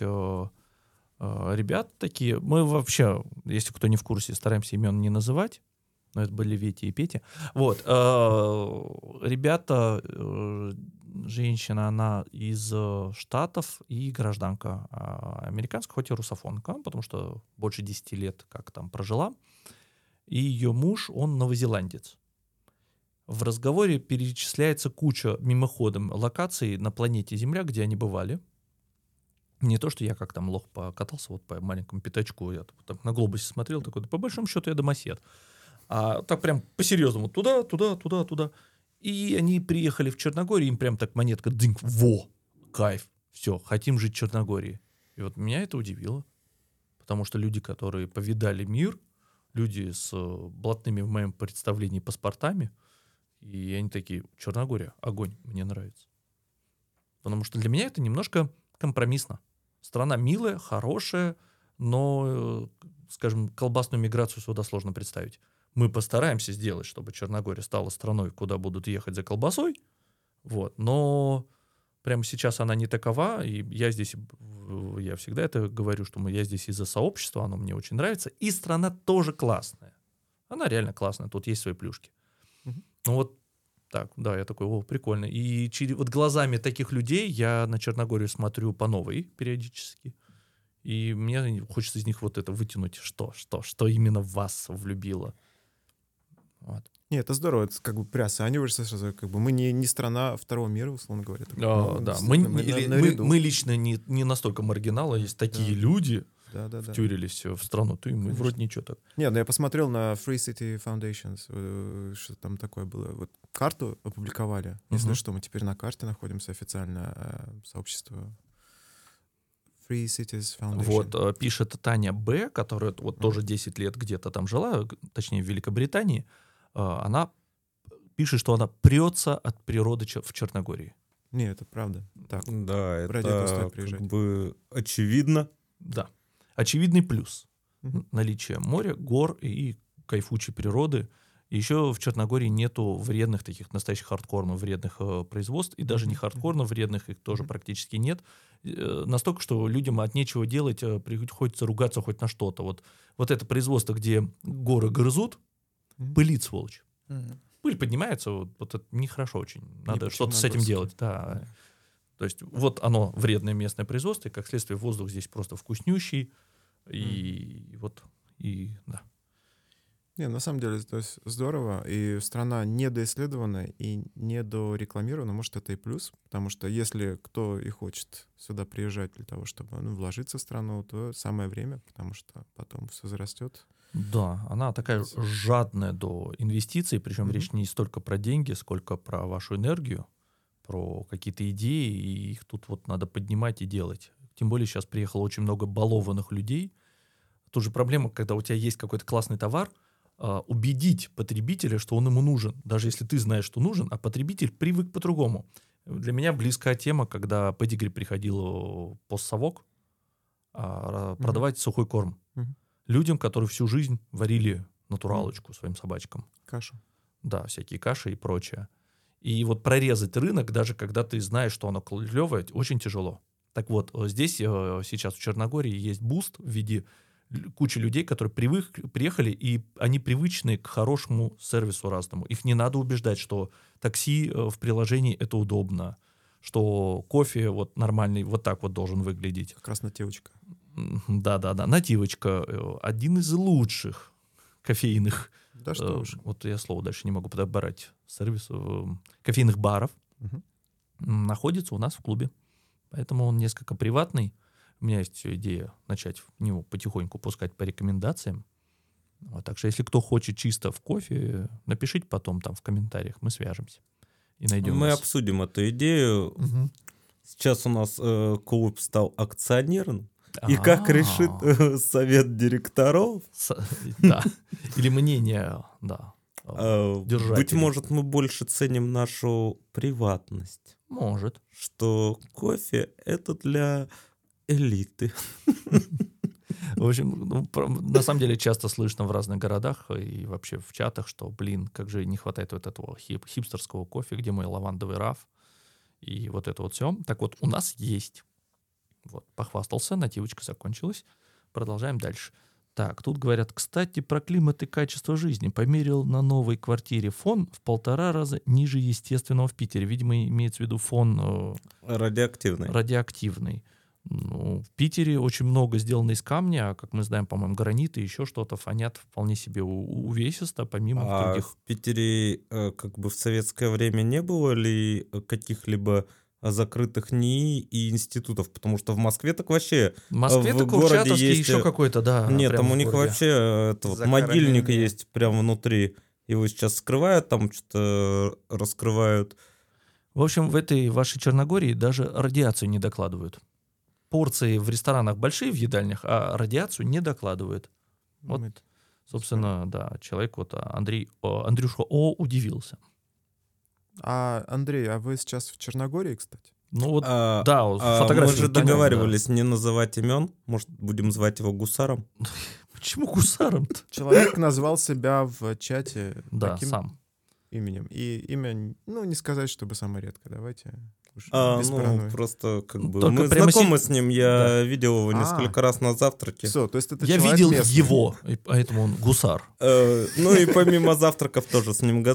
ребята такие. Мы вообще, если кто не в курсе, стараемся имен не называть. Но это были Ветя и Петя. Вот. Ребята, женщина, она из Штатов и гражданка американская, хоть и русофонка, потому что больше 10 лет как там прожила. И ее муж, он новозеландец. В разговоре перечисляется куча мимоходом локаций на планете Земля, где они бывали. Не то, что я как там лох покатался вот по маленькому пятачку, я так на глобусе смотрел, такой, да по большому счету я домосед. А так прям по-серьезному, туда. И они приехали в Черногорию, им прям так монетка дзинь, во, кайф, все, хотим жить в Черногории. И вот меня это удивило, потому что люди, которые повидали мир, люди с блатными в моем представлении паспортами, и они такие, Черногория, огонь, мне нравится. Потому что для меня это немножко компромиссно. Страна милая, хорошая, но, скажем, колбасную миграцию сюда сложно представить. Мы постараемся сделать, чтобы Черногория стала страной, куда будут ехать за колбасой, вот, но прямо сейчас она не такова, и я здесь, я всегда это говорю, что я здесь из-за сообщества, оно мне очень нравится, и страна тоже классная. Она реально классная, тут есть свои плюшки. Ну вот так, да, я такой, о, прикольно. И вот глазами таких людей я на Черногорию смотрю по новой периодически. И мне хочется из них вот это вытянуть, что именно в вас влюбило. Вот. Нет, это здорово, это как бы приосаниваешься сразу, как бы мы не страна второго мира, условно говоря. Так, Да. Мы действительно, мы наряду. лично не настолько маргиналы, есть такие люди, Да. втюрились в страну. Мы Конечно. вроде ничего так. Нет, ну я посмотрел на Free City Foundations, что там такое было. Вот карту опубликовали. Если что, мы теперь на карте находимся официально, сообщество Free Cities Foundation. Вот, пишет Таня Б., которая вот тоже 10 лет где-то там жила, точнее, в Великобритании. Она пишет, что она прется от природы в Черногории. Не, это правда. Так. Да, Ради этого это стоит приезжать. как бы очевидно. Да. Очевидный плюс. Мгм. Наличие моря, гор и кайфучей природы. И еще в Черногории нету вредных таких настоящих хардкорно вредных производств. И даже не хардкорно вредных, их тоже практически нет. Настолько, что людям от нечего делать приходится ругаться хоть на что-то. Вот это производство, где горы грызут, Мгм. пылит, сволочь. Мгм. Пыль поднимается, вот это нехорошо очень. Надо почему что-то с этим нагрузки. делать. Да. То есть вот оно, вредное местное производство, и как следствие воздух здесь просто вкуснющий. И вот, и да. Не, на самом деле, то есть здорово, и страна недоисследована и недорекламирована, может, это и плюс, потому что если кто и хочет сюда приезжать для того, чтобы вложиться в страну, то самое время, потому что потом все зарастет. Да, она такая жадная до инвестиций, причем Мгм. речь не столько про деньги, сколько про вашу энергию, про какие-то идеи, и их тут вот надо поднимать и делать. Тем более сейчас приехало очень много балованных людей. Тут же проблема, когда у тебя есть какой-то классный товар, убедить потребителя, что он ему нужен, даже если ты знаешь, что нужен, а потребитель привык по-другому. Для меня близкая тема, когда Pedigree приходил постсовок продавать сухой корм. Мгм. Людям, которые всю жизнь варили натуралочку своим собачкам. Кашу. Да, всякие каши и прочее. И вот прорезать рынок, даже когда ты знаешь, что оно клевое, очень тяжело. Так вот, здесь сейчас в Черногории есть буст в виде кучи людей, которые приехали, и они привычны к хорошему сервису разному. Их не надо убеждать, что такси в приложении — это удобно, что кофе вот нормальный вот так вот должен выглядеть. Как раз нативочка. Да-да-да, нативочка. Один из лучших кофейных, Да что уж. вот я слово дальше не могу подобрать, сервисов, кофейных баров Мгм. находится у нас в клубе. Поэтому он несколько приватный. У меня есть идея начать в него потихоньку пускать по рекомендациям. Вот, так что если кто хочет чисто в кофе, напишите потом там в комментариях, мы свяжемся и найдем Мы вас. обсудим эту идею. Мгм. Сейчас у нас клуб стал акционерным. И как А, решит совет директоров, Да. Или мнение, да. быть держателей. может, мы больше ценим нашу приватность. Может. Что кофе — это для элиты. В общем, на самом деле часто слышно в разных городах и вообще в чатах, что, блин, как же не хватает вот этого хипстерского кофе, где мой лавандовый раф и вот это вот все. Так вот, у нас есть. Вот, похвастался, нативочка закончилась. Продолжаем дальше. Так, тут говорят, кстати, про климат и качество жизни. Померил на новой квартире фон в 1,5 раза ниже естественного в Питере. Видимо, имеется в виду фон Радиоактивный. радиоактивный. Ну, в Питере очень много сделано из камня, а, как мы знаем, по-моему, гранит и еще что-то фонят вполне себе увесисто, помимо А других. в Питере как бы в советское время не было ли каких-либо закрытых НИИ и институтов? Потому что в Москве так вообще... В Москве в так городе Курчатовский есть, еще какой-то, да. Нет, прямо там у в них городе. вообще это вот Захоронение. могильник есть прямо внутри. Его сейчас скрывают, там что-то раскрывают. В общем, в этой вашей Черногории даже радиацию не докладывают. Порции в ресторанах большие в едальнях, а радиацию не докладывают. Вот. Мы- Собственно, да, человек вот Андрюшка удивился. Андрей, а вы сейчас в Черногории, кстати? Ну вот, А, да, вот мы фотографии же понятно, договаривались не называть имен. Может, будем звать его Гусаром? да. Почему гусаром-то? Человек назвал себя в чате Да, таким сам. именем. И имя, не сказать, чтобы самое редкое. Давайте уж без паранойи. Просто как бы Только мы прямо знакомы с ним. Я Да. видел его несколько раз на завтраке. Все, то есть это Я человек видел местный. его, и поэтому он гусар. Ну и помимо завтраков тоже с ним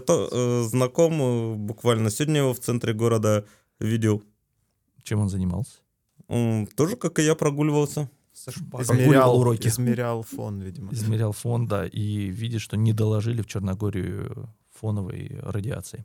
знаком. Буквально сегодня его в центре города видел. Чем он занимался? Он тоже, как и я, прогуливался. Со шпагой. Прогуливал уроки. Измерял фон, видимо. Измерял фон, да, и видит, что не доложили в Черногорию фоновой радиации.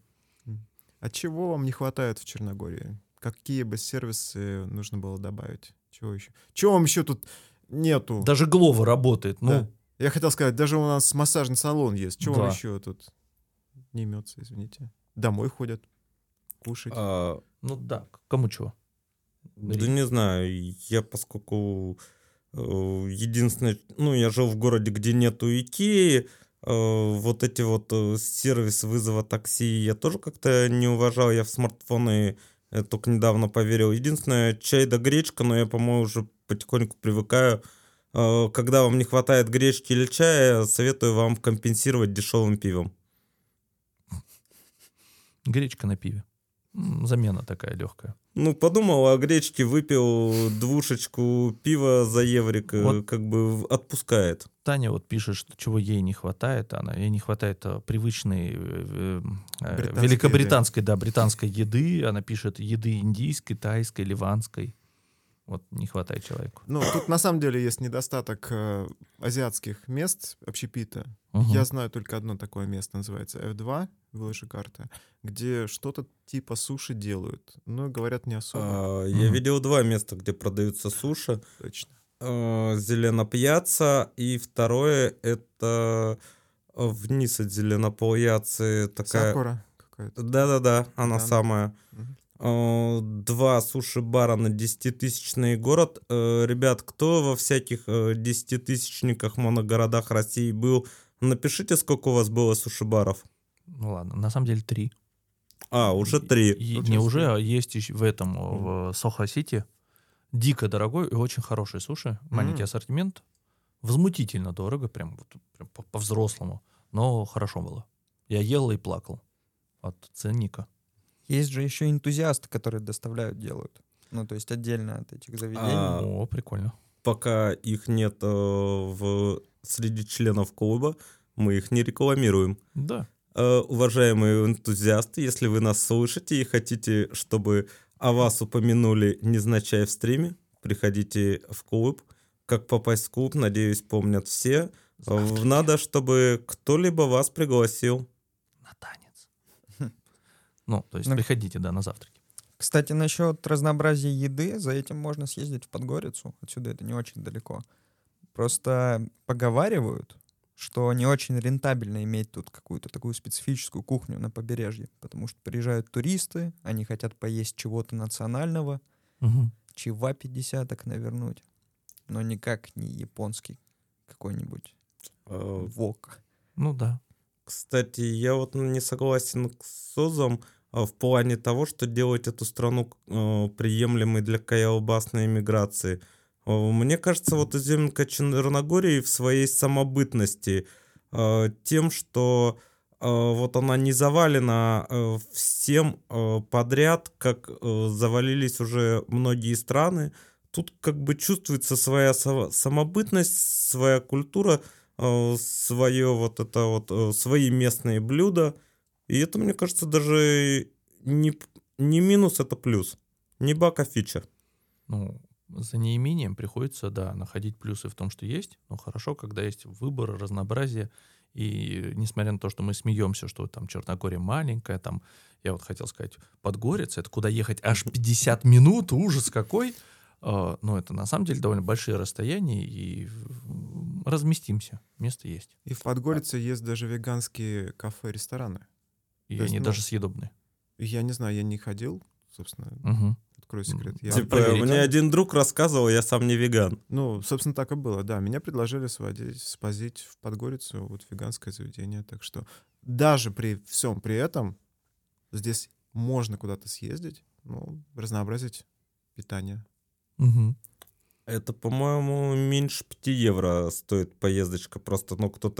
А чего вам не хватает в Черногории? Какие бы сервисы нужно было добавить? Чего еще? Чего вам еще тут нету. Даже Глова работает. Ну, Да. Я хотел сказать, даже у нас массажный салон есть. Чего Да. он еще тут не имется, извините. Домой ходят кушать. ну да, кому чего. Да не знаю, я поскольку единственное, ну, я жил в городе, где нету Икеи, вот эти вот сервисы вызова такси я тоже как-то не уважал, я в смартфоны только недавно поверил. Единственное, чай да гречка, но я, по-моему, уже потихоньку привыкаю. Когда вам не хватает гречки или чая, советую вам компенсировать дешевым пивом. Гречка на пиве. Замена такая легкая. Ну, подумал о гречке, выпил двушечку пива за еврик, Вот. как бы отпускает. Таня вот пишет, что чего ей не хватает. Ей не хватает привычной Британской великобританской, да, британской еды. Она пишет еды индийской, тайской, ливанской. Вот не хватает человеку. Ну, тут на самом деле есть недостаток азиатских мест общепита. Мгм. Я знаю только одно такое место, называется F2, Вилоши-Карта, где что-то типа суши делают. Но говорят не особо. Я Мгм. видел два места, где продаются суши. Точно. Зеленопьяца, и второе это вниз от Зеленопьяцы такая... Сакура какая-то. Да-да-да, она Да. самая. Мгм. 2 суши-бара на 10-тысячный город. Ребят, кто во всяких 10-тысячниках, моногородах России был, напишите, сколько у вас было суши-баров. Ну ладно, на самом деле 3. Уже 3. Не уже, а есть еще в этом, в Сохо-Сити. Дико дорогой и очень хороший суши. Маленький ассортимент. Возмутительно дорого, прям по-взрослому. Но хорошо было. Я ел и плакал от ценника. Есть же еще энтузиасты, которые доставляют, делают. Ну, то есть отдельно от этих заведений. О, прикольно. Пока их нет среди членов клуба, мы их не рекламируем. Да. Уважаемые энтузиасты, если вы нас слышите и хотите, чтобы о вас упомянули незначай в стриме, приходите в клуб. Как попасть в клуб, надеюсь, помнят все. Надо, чтобы кто-либо вас пригласил. На танец. Ну, то есть Ну, приходите, да, на завтраки. Кстати, насчет разнообразия еды, за этим можно съездить в Подгорицу. Отсюда это не очень далеко. Просто поговаривают, что не очень рентабельно иметь тут какую-то такую специфическую кухню на побережье, потому что приезжают туристы, они хотят поесть чего-то национального, Мгм. чива 50 навернуть, но никак не японский какой-нибудь вок. Ну да. Кстати, я вот не согласен с СОЗом в плане того, что делать эту страну приемлемой для колбасной иммиграции. Мне кажется, вот Изюминка Черногории в своей самобытности тем, что вот она не завалена всем подряд, как завалились уже многие страны. Тут как бы чувствуется своя самобытность, своя культура, свое вот это вот, свои местные блюда. И это, мне кажется, даже не минус, это плюс. Не баг, а фича. Ну, за неимением приходится, да, находить плюсы в том, что есть. Но хорошо, когда есть выбор, разнообразие. И несмотря на то, что мы смеемся, что там Черногория маленькая, там, я вот хотел сказать, Подгорица, это куда ехать аж 50 минут, ужас какой. Но это на самом деле довольно большие расстояния, и разместимся, место есть. И в Подгорице есть даже веганские кафе, рестораны. И То есть, они ну, даже съедобные. Я не знаю, я не ходил, собственно, Мгм. открою секрет. Я Типа, проверить мне надо? один друг рассказывал, я сам не веган. Ну, собственно, так и было, да. Меня предложили спозить в Подгорицу, вот веганское заведение. Так что даже при всем при этом здесь можно куда-то съездить, ну, разнообразить питание. Мгм. Это, по-моему, меньше 5 евро стоит поездочка. Просто, ну, кто-то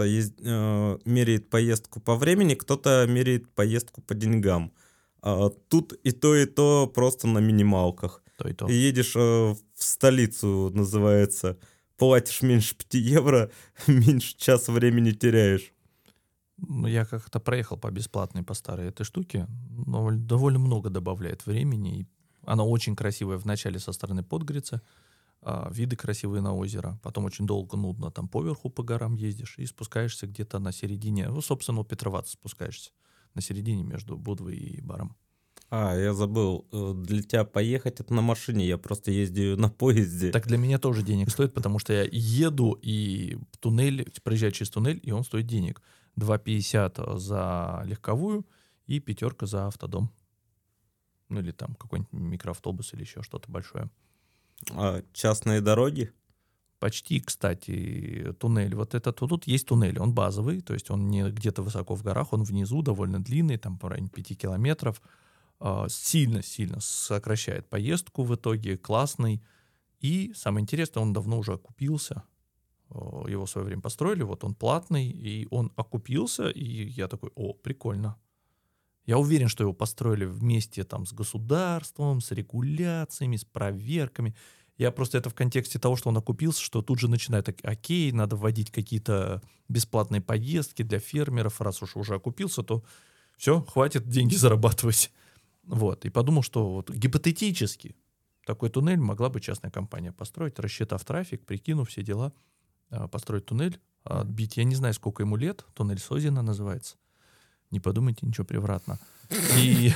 меряет поездку по времени, кто-то меряет поездку по деньгам. Тут и то просто на минималках. То и то. И едешь в столицу, называется, платишь меньше 5 евро, меньше часа времени теряешь. Ну, я как-то проехал по бесплатной, по старой этой штуке, но довольно много добавляет времени. И она очень красивая в начале со стороны Подгорицы, виды красивые на озеро. Потом очень долго, нудно там поверху по горам ездишь и спускаешься где-то на середине. Ну, собственно, у Петроваца спускаешься. На середине между Будвой и Баром. Я забыл. Для тебя поехать это на машине, я просто ездил на поезде. Так для меня тоже денег стоит, потому что я еду, и туннель, проезжаю через туннель, и он стоит денег. 2,50 за легковую и 5 за автодом. Ну или там какой-нибудь микроавтобус или еще что-то большое. Частные дороги? Почти, кстати, туннель. Вот этот тут есть туннель, он базовый, то есть он не где-то высоко в горах, он внизу довольно длинный, там по районе 5 километров. Сильно-сильно сокращает поездку в итоге, классный. И самое интересное, он давно уже окупился. Его в свое время построили, вот он платный, и он окупился, и я такой, прикольно. Я уверен, что его построили вместе там с государством, с регуляциями, с проверками. Я просто это в контексте того, что он окупился, что тут же начинают, окей, надо вводить какие-то бесплатные поездки для фермеров, раз уж уже окупился, то все, хватит деньги зарабатывать. Вот, и подумал, что вот гипотетически такой туннель могла бы частная компания построить, рассчитав трафик, прикинув все дела, построить туннель, отбить, я не знаю, сколько ему лет, туннель Созина называется. Не подумайте ничего превратно. И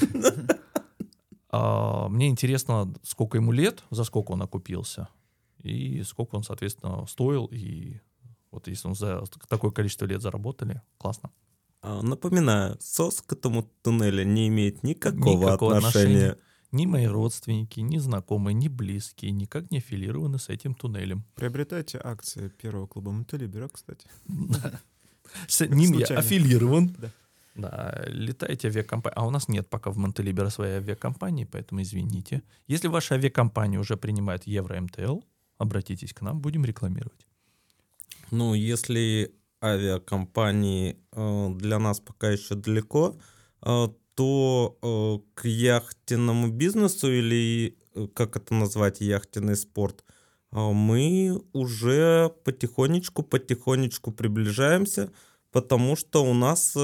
мне интересно, сколько ему лет, за сколько он окупился, и сколько он, соответственно, стоил, и вот если он за такое количество лет заработали, классно. Напоминаю, СОС к этому туннелю не имеет никакого отношения. Ни мои родственники, ни знакомые, ни близкие никак не аффилированы с этим туннелем. Приобретайте акции первого клуба Монтелибера, кстати. С ним я аффилирован. Да. Да, летайте авиакомпания. А у нас нет пока в Монтелиберо своей авиакомпании, поэтому извините. Если ваша авиакомпания уже принимает Евро-МТЛ, обратитесь к нам, будем рекламировать. Ну, если авиакомпании для нас пока еще далеко, то к яхтенному бизнесу или, как это назвать, яхтенный спорт, мы уже потихонечку приближаемся, потому что у нас,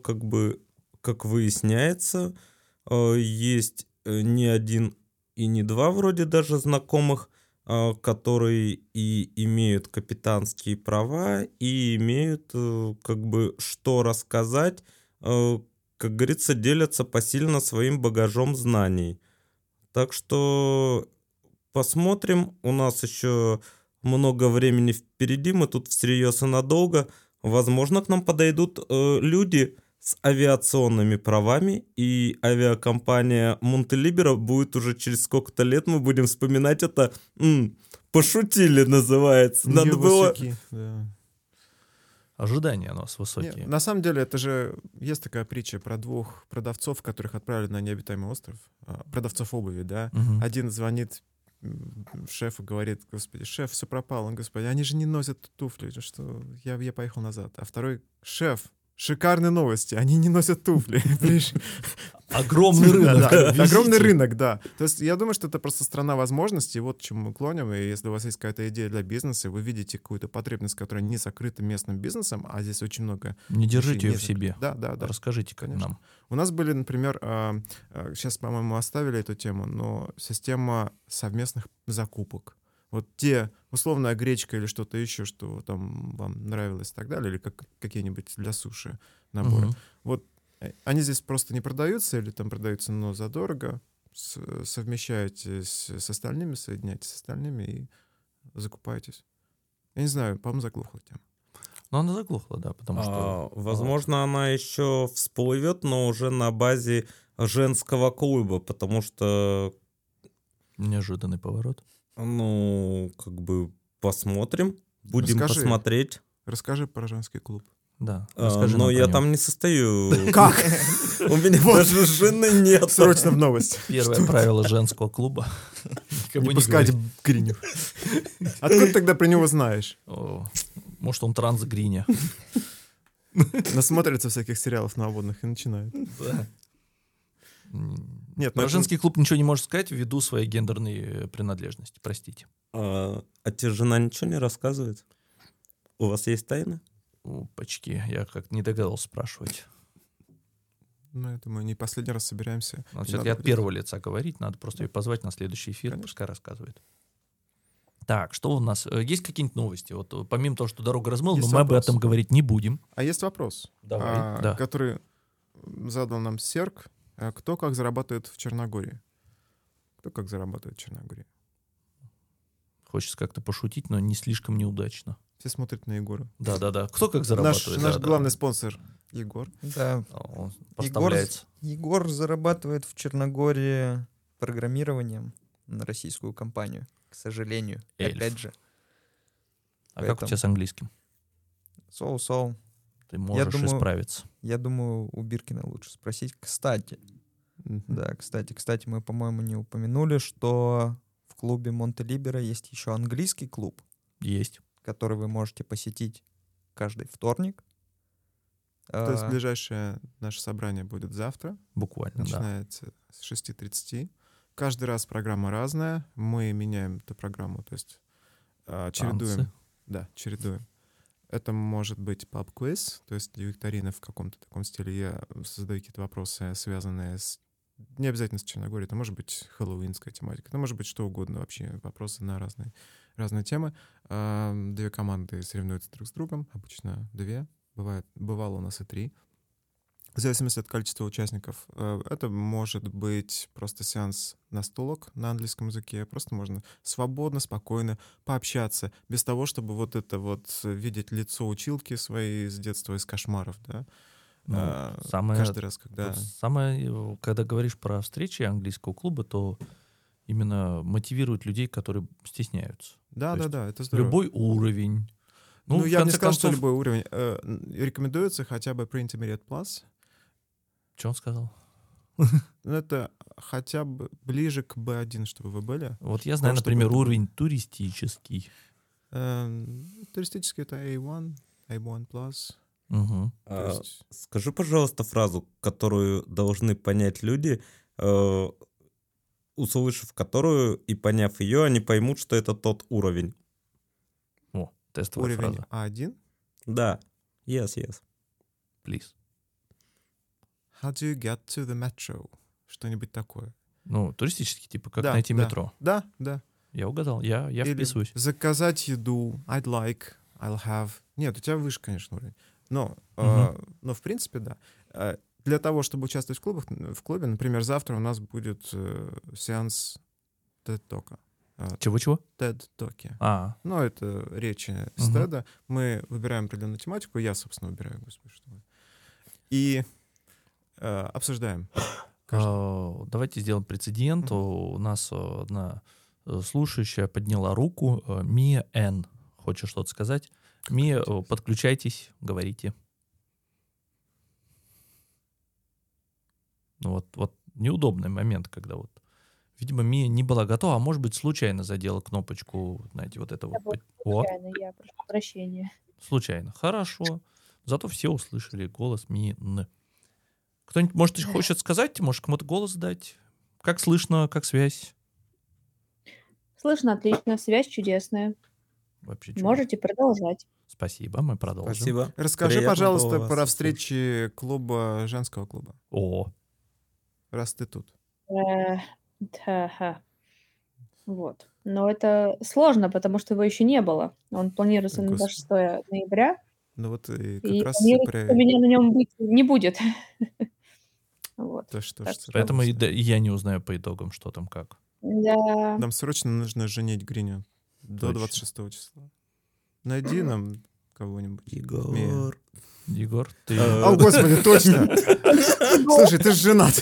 как выясняется, есть не один и не два вроде даже знакомых, которые и имеют капитанские права, и имеют что рассказать, как говорится, делятся посильно своим багажом знаний. Так что посмотрим, у нас еще много времени впереди, мы тут всерьез и надолго. Возможно, к нам подойдут люди с авиационными правами, и авиакомпания Монтелиберо будет уже через сколько-то лет, мы будем вспоминать это, пошутили, называется. Надо было... Да. Ожидания у нас высокие. Нет, на самом деле, это же есть такая притча про двух продавцов, которых отправили на необитаемый остров, продавцов обуви, да. Мгм. Один звонит шефу, говорит: господи, шеф, все пропало. Он: господи, они же не носят туфли, что я поехал назад. А второй: шеф, шикарные новости, они не носят туфли. Огромный рынок. Да, огромный рынок, да. То есть я думаю, что это просто страна возможностей, вот к чему мы клоним. И если у вас есть какая-то идея для бизнеса, вы видите какую-то потребность, которая не закрыта местным бизнесом, а здесь очень много... Не держите ее вещей в себе. Да. Расскажите как Конечно. нам. У нас были, например, сейчас, по-моему, оставили эту тему, но система совместных закупок. Вот те, условная гречка или что-то еще, что там вам нравилось и так далее, или какие-нибудь для суши наборы. Мгм. Вот они здесь просто не продаются или там продаются, но задорого. Совмещаетесь с остальными, соединяетесь с остальными и закупаетесь. Я не знаю, по-моему, заглохла тема. Но она заглохла, да, потому что... Возможно, она еще всплывет, но уже на базе женского клуба, потому что, Неожиданный поворот. посмотрим, будем Расскажи. посмотреть. Расскажи про женский клуб. Да, расскажи Но нам я про там него. не состою. Как? У меня даже жены нет. Срочно в новость. Первое правило женского клуба. Никому Не пускать говори. Гриню. Откуда ты тогда про него знаешь? Может, он трансгриня. Насмотрится всяких сериалов новодных и начинает. Да. Нет, Про ну это- женский клуб ничего не может сказать ввиду своей гендерной принадлежности. Простите. А тебе жена ничего не рассказывает? У вас есть тайна? Опачки, я как не догадался спрашивать. Ну, я думаю, не последний раз собираемся. Надо И все-таки надо от первого лица говорить, надо просто ее позвать на следующий эфир, Конечно. пускай рассказывает. Так, что у нас? Есть какие-нибудь новости? Вот помимо того, что дорога размыла, но Есть мы об вопрос. этом говорить не будем. А есть вопрос, Давай. Да. который задал нам Серг. Кто как зарабатывает в Черногории? Кто как зарабатывает в Черногории? Хочется как-то пошутить, но не слишком неудачно. Все смотрят на Егора. Да-да-да. Кто как Наш зарабатывает? Да-да. главный спонсор Егор. Да, Он поставляется. Егор зарабатывает в Черногории программированием на российскую компанию, к сожалению. Эльф. Опять же. А как у тебя с английским? Соу-соу. Ты можешь думаю- исправиться. Я думаю, у Биркина лучше спросить. Кстати, да, кстати, мы, по-моему, не упомянули, что в клубе Монтелибера есть еще английский клуб, Есть. который вы можете посетить каждый вторник. То есть ближайшее наше собрание будет завтра. Буквально, да. Начинается с 6:30. Каждый раз программа разная. Мы меняем эту программу, то есть чередуем. Танцы. Да, чередуем. Это может быть паб-квиз, то есть викторина в каком-то таком стиле. Я создаю какие-то вопросы, связанные с... Не обязательно с Черногорией, это может быть хэллоуинская тематика, это может быть что угодно вообще, вопросы на разные темы. Две команды соревнуются друг с другом, обычно две, бывало у нас и три. В зависимости от количества участников. Это может быть просто сеанс настолок на английском языке. Просто можно свободно, спокойно пообщаться, без того, чтобы вот это вот видеть лицо училки своей с детства, из кошмаров, да. Ну, самое, Каждый раз, когда... когда говоришь про встречи английского клуба, то именно мотивирует людей, которые стесняются. Да, то да, есть да, это здорово. Любой уровень. Ну, в я бы не конце сказал, что концов, любой уровень. Рекомендуется хотя бы Pre-Intermediate Plus. Что он сказал? Ну, это хотя бы ближе к B1, чтобы вы были. Вот я знаю, чтобы например, это было. уровень туристический. Туристически это A1, A1 Plus. Угу. То есть... Скажи, пожалуйста, фразу, которую должны понять люди, услышав которую и поняв ее, они поймут, что это тот уровень. О, тестовая Уровень фраза. A1. Да. Yes. Please. How do you get to the metro? Что-нибудь такое. Ну, туристический, типа, как Да, найти да. метро. Да, да. Я угадал, я Или вписываюсь. заказать еду. I'd like, I'll have. Нет, у тебя выше, конечно, уровень. Но в принципе, да. Для того, чтобы участвовать в клубе, например, завтра у нас будет сеанс TED-тока. Чего-чего? TED-токи. А, Ну, это речи с Мгм. TED. Мы выбираем определенную тематику. Я, собственно, выбираю, господи, что вы. И обсуждаем. давайте сделаем прецедент. У нас одна слушающая подняла руку. Мия Н. Хочет что-то сказать? Мия, подключайтесь, говорите. Ну вот неудобный момент, когда вот, видимо, Мия не была готова, а может быть, случайно задела кнопочку, знаете, вот это вот. Вот, Случайно, я прошу прощения. случайно. Хорошо. Зато все услышали голос Мии Н. Кто-нибудь, может, еще хочет сказать? Может, кому-то голос дать? Как слышно, как связь? Слышно отлично, связь чудесная. Вообще чудо. Можете продолжать. Спасибо, мы продолжим. Спасибо. Расскажи, Приятно пожалуйста, было вас про услышать. встречи клуба, женского клуба, О, раз ты тут. Да-ха. Вот. Но это сложно, потому что его еще не было. Он планируется на Господи. 26 ноября, Ну вот и как и раз планируется, про что меня на нем быть не будет. Вот. то, что Так ж что- поэтому и, собственно. и я не узнаю по итогам, что там как. Да. Нам срочно нужно женить Гриню до Точно. 26 числа. Найди нам кого-нибудь. Егор. Егор, ты... О, господи, точно! Слушай, ты же женат.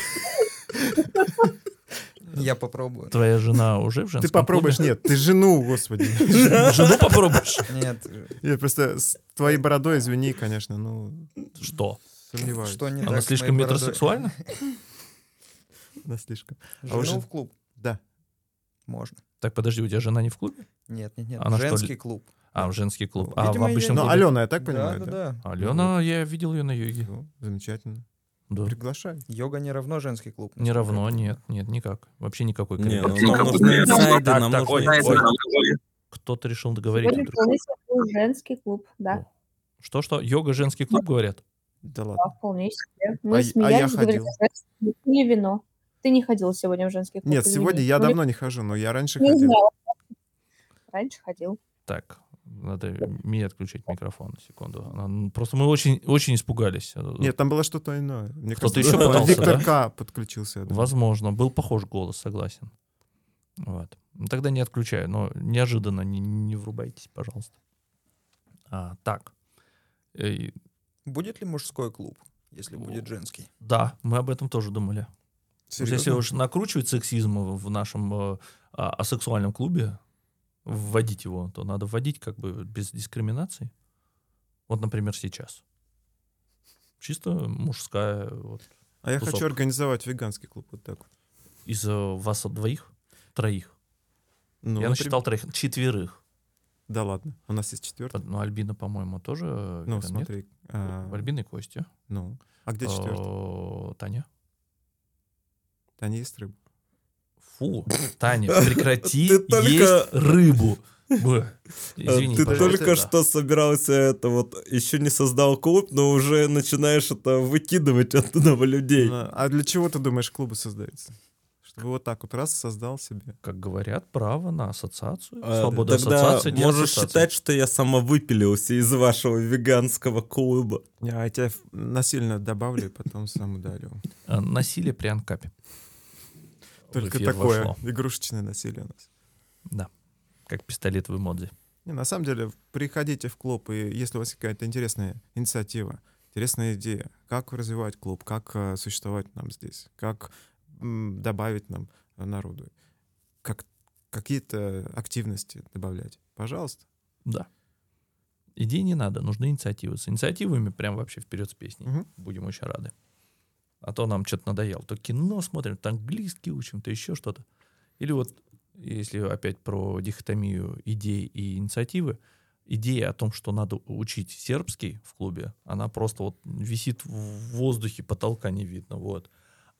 Я попробую. Твоя жена уже в женском Ты попробуешь, клубе? нет, ты жену, господи. Жену попробуешь? Нет, Я просто с твоей бородой, извини, конечно, ну, Что? сомневаюсь. что не Она так с слишком моей бородой? метросексуальна? Да, слишком. Жену уже- в клуб Да. можно. Так, подожди, у тебя жена не в клубе? Нет. Она что ли- Женский клуб. А, в женский клуб. А в Видимо, обычном Ну, клубе? Алена, я так понимаю, да? Да. Алена, я видел ее на йоге. Ну, замечательно. Да. Приглашай. Йога не равно женский клуб. Не насколько равно, я нет, понимаю. нет, никак. Вообще никакой Не, ну корреляции. нам нужны инсайды, Так, нам так, нужны ой, инсайды. ой. Кто-то решил договорить. Сегодня вполне себе был женский клуб, да. О. Что? Йога женский клуб, говорят? Да Да, ладно. вполне себе. А Мы я смеялись, говорили, ходил. женский клуб, не вино. Ты не ходил сегодня в женский клуб? Нет, извини. сегодня я Ну, давно не хожу, но я раньше не ходил. знала. Раньше ходил. Так, Надо мне отключить микрофон на секунду. Просто мы очень, очень испугались. Нет, там было что-то иное. Мне Кто-то кажется, еще пытался, Виктор да? К. подключился. я думаю. Возможно. Был похож голос, согласен. Вот. Ну, тогда не отключаю, но неожиданно не врубайтесь, пожалуйста. Так. Будет ли мужской клуб, если будет женский? Да, мы об этом тоже думали. Серьезно? Если уж накручивать сексизм в нашем асексуальном клубе, вводить его, то надо вводить как бы без дискриминации. Вот, например, сейчас. Чисто мужская. Вот, А я тусовка. хочу организовать веганский клуб вот так вот. Из вас двоих? Троих. Ну, Я например- насчитал троих. Четверых. Да ладно, у нас есть четвертый. Ну, Альбина, по-моему, тоже. Ну, нет? смотри. Альбина и Костя. Ну, а где четвертый? Таня. Таня есть рыба. Фу, Таня, прекрати Ты только- есть рыбу. Извини, Ты пожалуйста, только да. что собирался это вот, еще не создал клуб, но уже начинаешь это выкидывать оттуда людей. Ну, а для чего, ты думаешь, клубы создаются? Чтобы вот так вот раз создал себе. Как говорят, право на ассоциацию. А, Свобода Тогда ассоциации. можешь деассоциации. считать, что я самовыпилился из вашего веганского клуба. Я тебя насильно добавлю и потом сам удалю. Насилие при анкапе. В Только эфир такое вошло. игрушечное насилие у нас. Да. Как пистолет в эмодзи. Не, на самом деле, приходите в клуб, и если у вас какая-то интересная инициатива, интересная идея, как развивать клуб, как существовать нам здесь, как добавить нам народу, как какие-то активности добавлять, пожалуйста. Да. Идей не надо, нужны инициативы. С инициативами прям вообще вперед с песней. Мгм. Будем очень рады. А то нам что-то надоело. То кино смотрим, то английский учим, то еще что-то. Или вот, если опять про дихотомию идей и инициативы, идея о том, что надо учить сербский в клубе, она просто вот висит в воздухе, потолка не видно. Вот.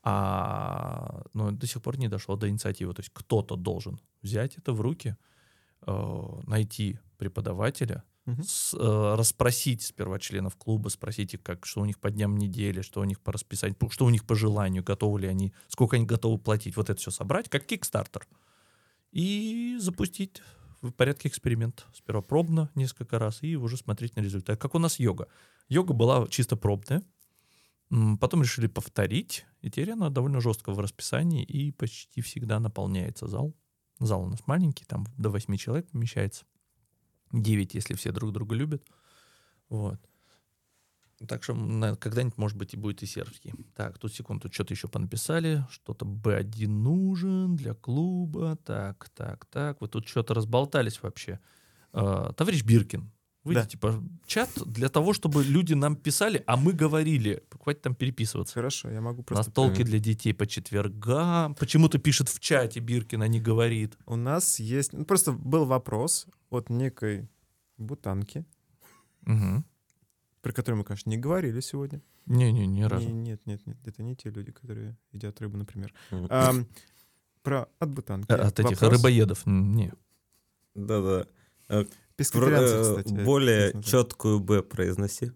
Но до сих пор не дошло до инициативы. То есть кто-то должен взять это в руки, найти преподавателя, Мгм. расспросить сперва членов клуба, спросить их, что у них по дням недели, что у них по расписанию, что у них по желанию, готовы ли они, сколько они готовы платить. Вот это все собрать, как кикстартер. И запустить в порядке эксперимента. Сперва пробно несколько раз и уже смотреть на результат. Как у нас йога. Йога была чисто пробная. Потом решили повторить. И теперь она довольно жестко в расписании и почти всегда наполняется зал. Зал у нас маленький, там до 8 человек помещается. 9, если все друг друга любят. Вот. Так что когда-нибудь, может быть, и будет и сербский. Так, тут секунду, что-то еще понаписали. Что-то B1 нужен для клуба. Так. Вы тут что-то разболтались вообще. Товарищ Биркин, выйдите по чат для того, чтобы люди нам писали, а мы говорили. Хватит там переписываться. Хорошо, я могу просто... Настолки для детей по четвергам. Почему-то пишет в чате Биркин, а не говорит. У нас есть... просто был вопрос от некой бутанки, Угу. про которую мы, конечно, не говорили сегодня. Не-не, ни разу. Нет, это не те люди, которые едят рыбу, например. Мгм. От бутанки. От этих Вопрос. рыбоедов. Не. Да-да. Пескотарианцы, кстати. Более вкусно. четкую «Б» произноси.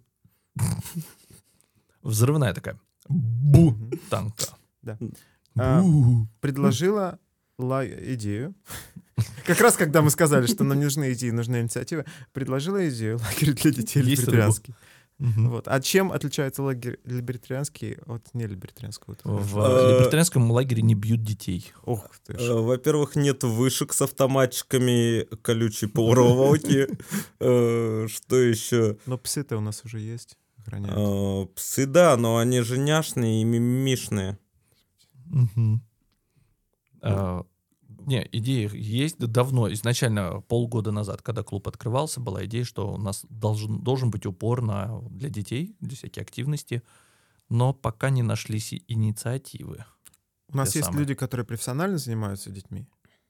Взрывная такая. Бутанка. Да. Бу. Предложила идею. Как раз когда мы сказали, что нам не нужны идеи, нужна инициатива, предложила идею лагерь для детей Есть либертарианский. Мгм. Вот. А чем отличается лагерь либертарианский от нелибертарианского? В либертарианском лагере не бьют детей. Ох ты ж. Во-первых, нет вышек с автоматчиками колючей проволоки. Что еще? Но псы-то у нас уже есть. Охраняют. Псы, да, но они же няшные и мимишные. Мгм. Не, идея есть давно. Изначально полгода назад, когда клуб открывался, была идея, что у нас должен быть упор для детей, для всякие активности, но пока не нашлись инициативы. У нас те есть самые. люди, которые профессионально занимаются детьми.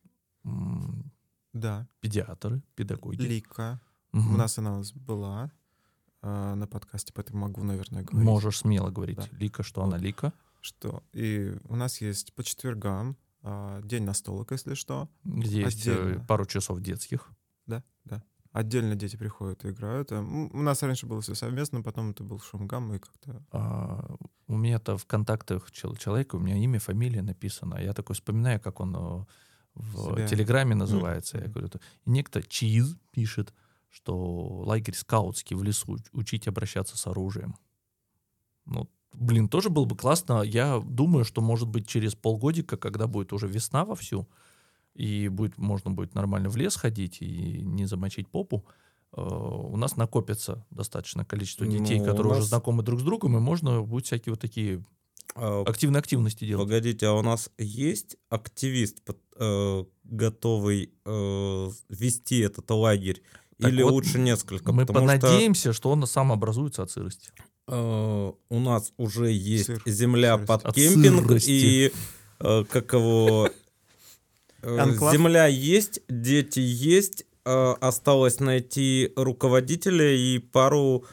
Да. Педиатры, педагоги. Лика. Мгм. У нас она была на подкасте, поэтому могу, наверное, говорить. Можешь смело говорить. Да. Лика, что она Лика. Что? И у нас есть по четвергам день настолок, если что. Где есть Отдельно. пару часов детских. Да. Отдельно дети приходят и играют. У нас раньше было все совместно, потом это был шум-гам, и как-то... У меня-то в контактах человека, у меня имя, фамилия написано. Я такой вспоминаю, как он в Себя. Телеграме называется. Я Мгм. говорю, некто Чиз пишет, что лагерь скаутский в лесу, учить обращаться с оружием. Ну, блин, тоже было бы классно. Я думаю, что, может быть, через полгодика, когда будет уже весна вовсю, и можно будет нормально в лес ходить и не замочить попу, у нас накопится достаточное количество детей, Ну, которые у уже нас- знакомы друг с другом, и можно будет всякие вот такие активные активности делать. Погодите, а у нас есть активист, готовый вести этот лагерь? Так Или вот, лучше несколько? Мы Потому что понадеемся, что он сам образуется от сырости. у нас уже есть Сыр. земля Сырость. под От кемпинг, сырости. и как его... Анклав? Земля есть, дети есть, осталось найти руководителя и пару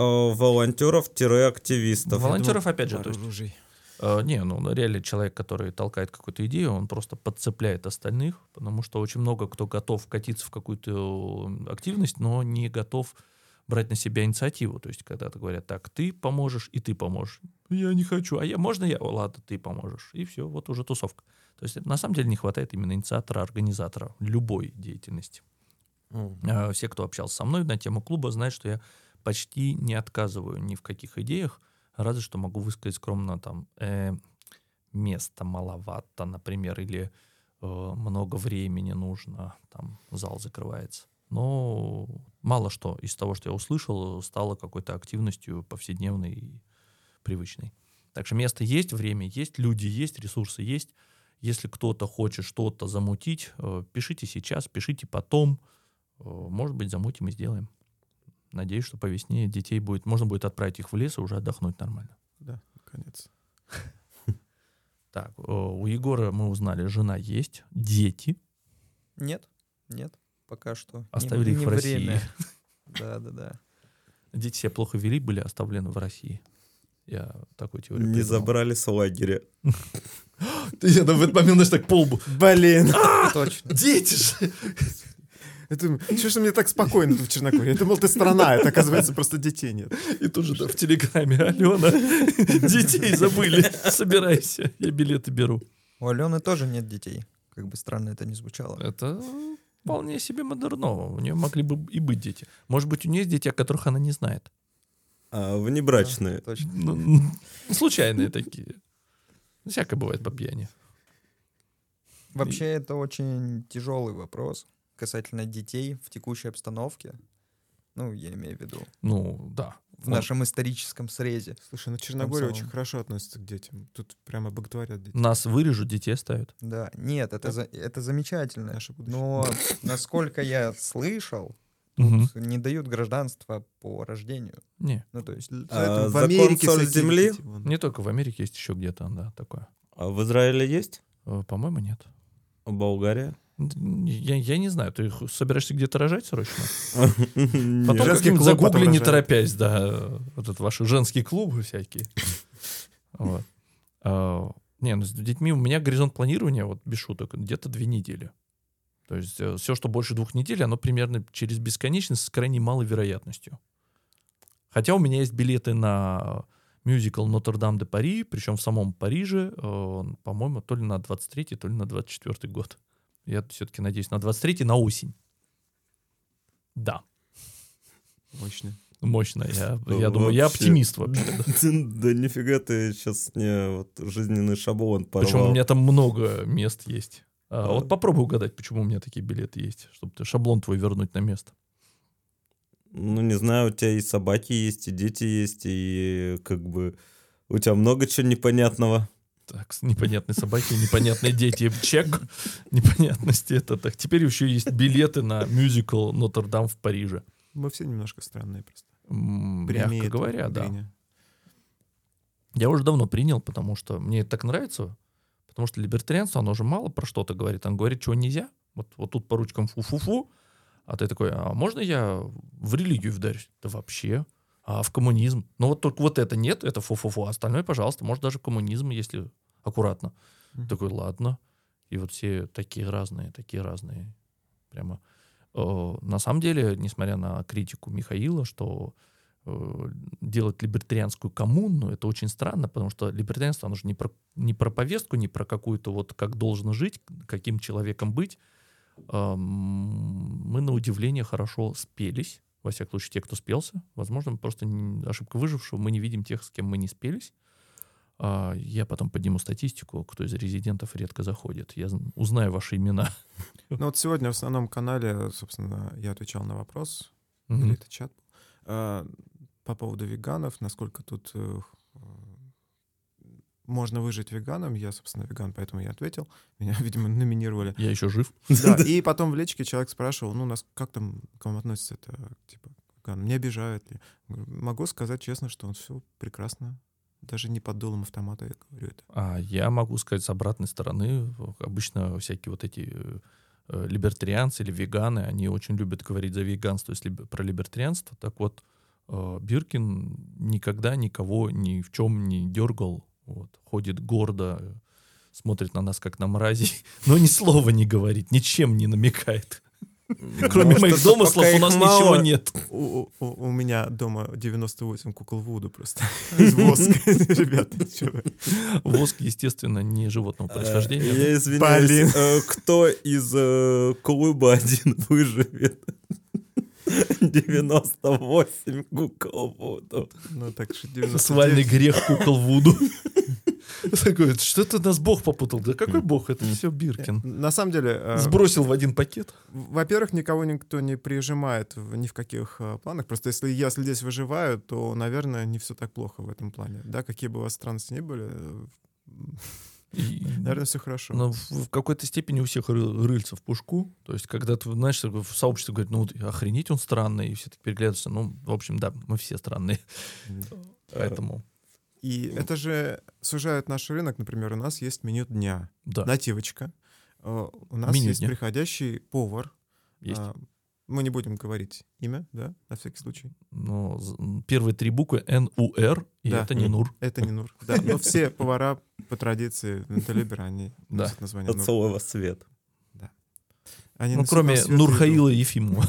волонтеров-активистов. Волонтеров, опять же, то есть, Оружий. реально человек, который толкает какую-то идею, он просто подцепляет остальных, потому что очень много кто готов катиться в какую-то активность, но не готов брать на себя инициативу. То есть, когда говорят, так, ты поможешь, и ты поможешь. Я не хочу, можно я? Ладно, ты поможешь. И все, вот уже тусовка. То есть, на самом деле не хватает именно инициатора, организатора любой деятельности. Все, кто общался со мной на тему клуба, знают, что я почти не отказываю ни в каких идеях, разве что могу высказать скромно там места маловато, например, или много времени нужно, там зал закрывается. Но мало что из того, что я услышал, стало какой-то активностью повседневной и привычной. Так что место есть, время есть, люди есть, ресурсы есть. Если кто-то хочет что-то замутить, пишите сейчас, пишите потом. Может быть, замутим и сделаем. Надеюсь, что по весне детей можно будет отправить их в лес и уже отдохнуть нормально. Да, наконец. Так, у Егора мы узнали, жена есть, дети. Нет, пока что. Оставили их в России. Да. Дети себя плохо вели, были оставлены в России. Я такую теорию Не придумал. забрали с лагеря. Ты в этот момент, знаешь, так по лбу. Блин! Точно. Дети же! Что ж мне так спокойно тут в Черногории? Я думал, ты страна, это, оказывается, просто детей нет. И тут же в Телеграме: Алена, детей забыли, собирайся, я билеты беру. У Алены тоже нет детей. Как бы странно это ни звучало. Это вполне себе модерново. У нее могли бы и быть дети. Может быть, у нее есть дети, о которых она не знает. Внебрачные. Да, точно. Случайные такие. Всякое бывает по пьяни. Вообще, это очень тяжелый вопрос касательно детей в текущей обстановке. Ну, я имею в виду Да. в нашем историческом срезе. Слушай, ну Черногория самом. очень хорошо относится к детям. Тут прямо боготворят детей. Нас вырежут, детей ставят. Да, нет, это замечательно. Наше будущее. Но, насколько я слышал, Мгм. не дают гражданства по рождению. Не, Ну, то есть... Поэтому в закон Америке соль всякие земли? дети, вон. не только в Америке, есть еще где-то, да, такое. А в Израиле есть? По-моему, нет. Болгария? Я не знаю, ты собираешься где-то рожать срочно? Нет. Потом Женский как-нибудь клуб загугли, потом не рожает. торопясь, да, вот ваши женские клубы всякие. Вот. С детьми у меня горизонт планирования, вот без шуток, где-то 2 недели. То есть все, что больше 2 недель, оно примерно через бесконечность с крайне малой вероятностью. Хотя у меня есть билеты на мюзикл «Нотр-Дам-де-Пари», причем в самом Париже, по-моему, то ли на 23-й, то ли на 24-й год. Я все-таки надеюсь на 23-й, на осень. Да, Мощно. мощно. Я думаю, я Вообще. оптимист вообще. Да. Да нифига ты сейчас мне вот жизненный шаблон порвал. Причем у меня там много мест есть. Вот попробуй угадать, почему у меня такие билеты есть, чтобы ты шаблон твой вернуть на место. Ну, не знаю, у тебя и собаки есть, и дети есть, и как бы у тебя много чего непонятного. Так, непонятные собаки, непонятные дети. Чек непонятности. Это так. Теперь еще есть билеты на мюзикл «Нотр-Дам» в Париже. Мы все немножко странные просто. Мягко Прими это, говоря, да. Гриня. Я уже давно принял, потому что мне это так нравится. Потому что либертарианство, оно же мало про что-то говорит. Оно говорит, чего нельзя. Вот тут по ручкам фу-фу-фу. А ты такой, а можно я в религию вдарюсь? Да вообще. А в коммунизм? Ну вот только вот это нет, это фу-фу-фу. А остальное, пожалуйста, может даже в коммунизм, если аккуратно. Такой, ладно. И вот все такие разные. Прямо. На самом деле, несмотря на критику Михаила, что делать либертарианскую коммуну, это очень странно, потому что либертарианство, оно же не про повестку, не про какую-то вот как должно жить, каким человеком быть. мы на удивление хорошо спелись. Во всяком случае, те, кто спелся. Возможно, просто ошибка выжившего. Мы не видим тех, с кем мы не спелись. Я потом подниму статистику, кто из резидентов редко заходит. Я узнаю ваши имена. Ну вот сегодня в основном канале, собственно, я отвечал на вопрос, или Мгм. это чат был, по поводу веганов, насколько тут можно выжить веганом. Я, собственно, веган, поэтому я ответил. Меня, видимо, номинировали. Я еще жив. Да, и потом в личке человек спрашивал, ну, как там к вам относится это, типа, веган, не обижает ли? Могу сказать честно, что он все прекрасно. Даже не под дулом автомата, я говорю это. Я могу сказать с обратной стороны. Обычно всякие вот эти либертарианцы или веганы, они очень любят говорить за веганство, если про либертарианство. Так вот, Биркин никогда никого ни в чем не дергал. Вот, ходит гордо, смотрит на нас как на мразей, но ни слова не говорит, ничем не намекает. Кроме Может, моих это домыслов пока у их нас мало. ничего нет. У меня дома 98 кукол Вуду просто из воска. Ребята, чё вы? Воск, естественно, не животного происхождения. Я извиняюсь, Блин. кто из клуба один выживет? 98 кукол Вуду. Ну, так что 99. Свальный грех кукол Вуду. Такой, что-то нас Бог попутал. Да какой Бог? Это все Биркин. На самом деле, Сбросил в один пакет. во-первых, никто не прижимает ни в каких планах. Просто если здесь выживаю, то, наверное, не все так плохо в этом плане. Да, какие бы у вас странности ни были, наверное, все хорошо. Но в какой-то степени у всех рыльца в пушку. То есть, когда ты, знаешь, в сообществе говорят, ну, вот охренеть, он странный, и все таки переглядываются. Ну, в общем, да, мы все странные. Поэтому, И это же сужает наш рынок. Например, у нас есть меню дня. да, Нативочка. У нас Меню есть дня. приходящий повар. есть. Мы не будем говорить имя, да, на всякий случай. Но первые три буквы НУР, и Да. это не Нур. Это не Нур. Да, но все повара по традиции Монтелибера, они Да. носят название От Нур. слова свет. Они Ну, носят кроме нам свет Нурхаила Ефимова.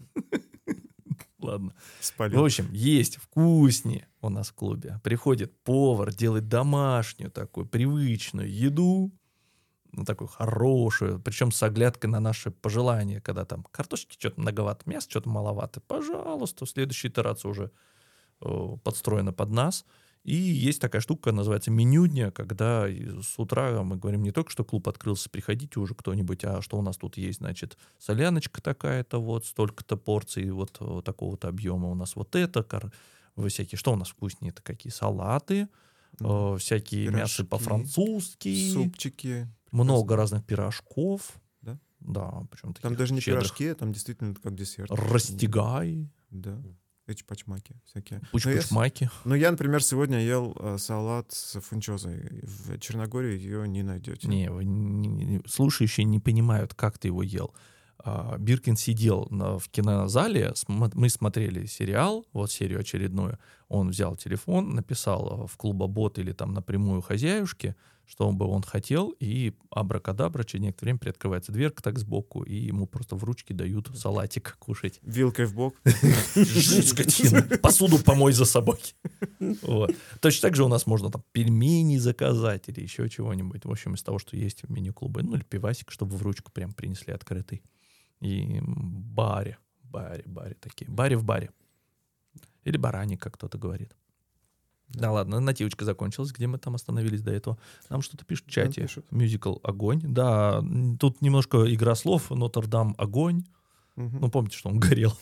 Ладно. спалил. В общем, есть вкуснее у нас в клубе. Приходит повар, делает домашнюю такую привычную еду, ну, такую хорошую, причем с оглядкой на наши пожелания, когда там картошки что-то многовато, мяса что-то маловато. Пожалуйста, следующая итерация уже подстроена под нас. И есть такая штука, называется меню дня, когда с утра мы говорим не только, что клуб открылся, приходите уже кто-нибудь, а что у нас тут есть, значит, соляночка такая-то, вот столько-то порций, вот такого-то объема у нас вот это, всякие, что у нас вкуснее-то, какие салаты, всякие мясы Пирожки, по-французски, Супчики. много разных пирожков. Да? Да, причем Там таких даже не щедрых. пирожки, там действительно как десерт. Растягай, Да. Эчпачмаки всякие. пуч-пуч-маки. Но я, например, сегодня ел салат с фунчозой. В Черногории ее не найдете. Не, слушающие не понимают, как ты его ел. Биркин сидел в кинозале, мы смотрели сериал, вот серию очередную. Он взял телефон, написал в клубобот или там напрямую хозяюшке, что бы он хотел, и абракадабра, через некоторое время приоткрывается дверка так сбоку, и ему просто в ручки дают салатик кушать. Вилкой в бок. Жить, скотина, посуду помой за собой. Вот. Точно так же у нас можно там пельмени заказать или еще чего-нибудь. В общем, из того, что есть в меню клуба. Ну, или пивасик, чтобы в ручку прям принесли открытый. И баре такие. Баре в баре. Или бараник, как кто-то говорит. Да ладно, нативочка закончилась, где мы там остановились до этого. Нам что-то пишут в чате. Мюзикл «Огонь». Да, тут немножко игра слов. Нотр-Дам «Огонь». Ну, помните, что он горел.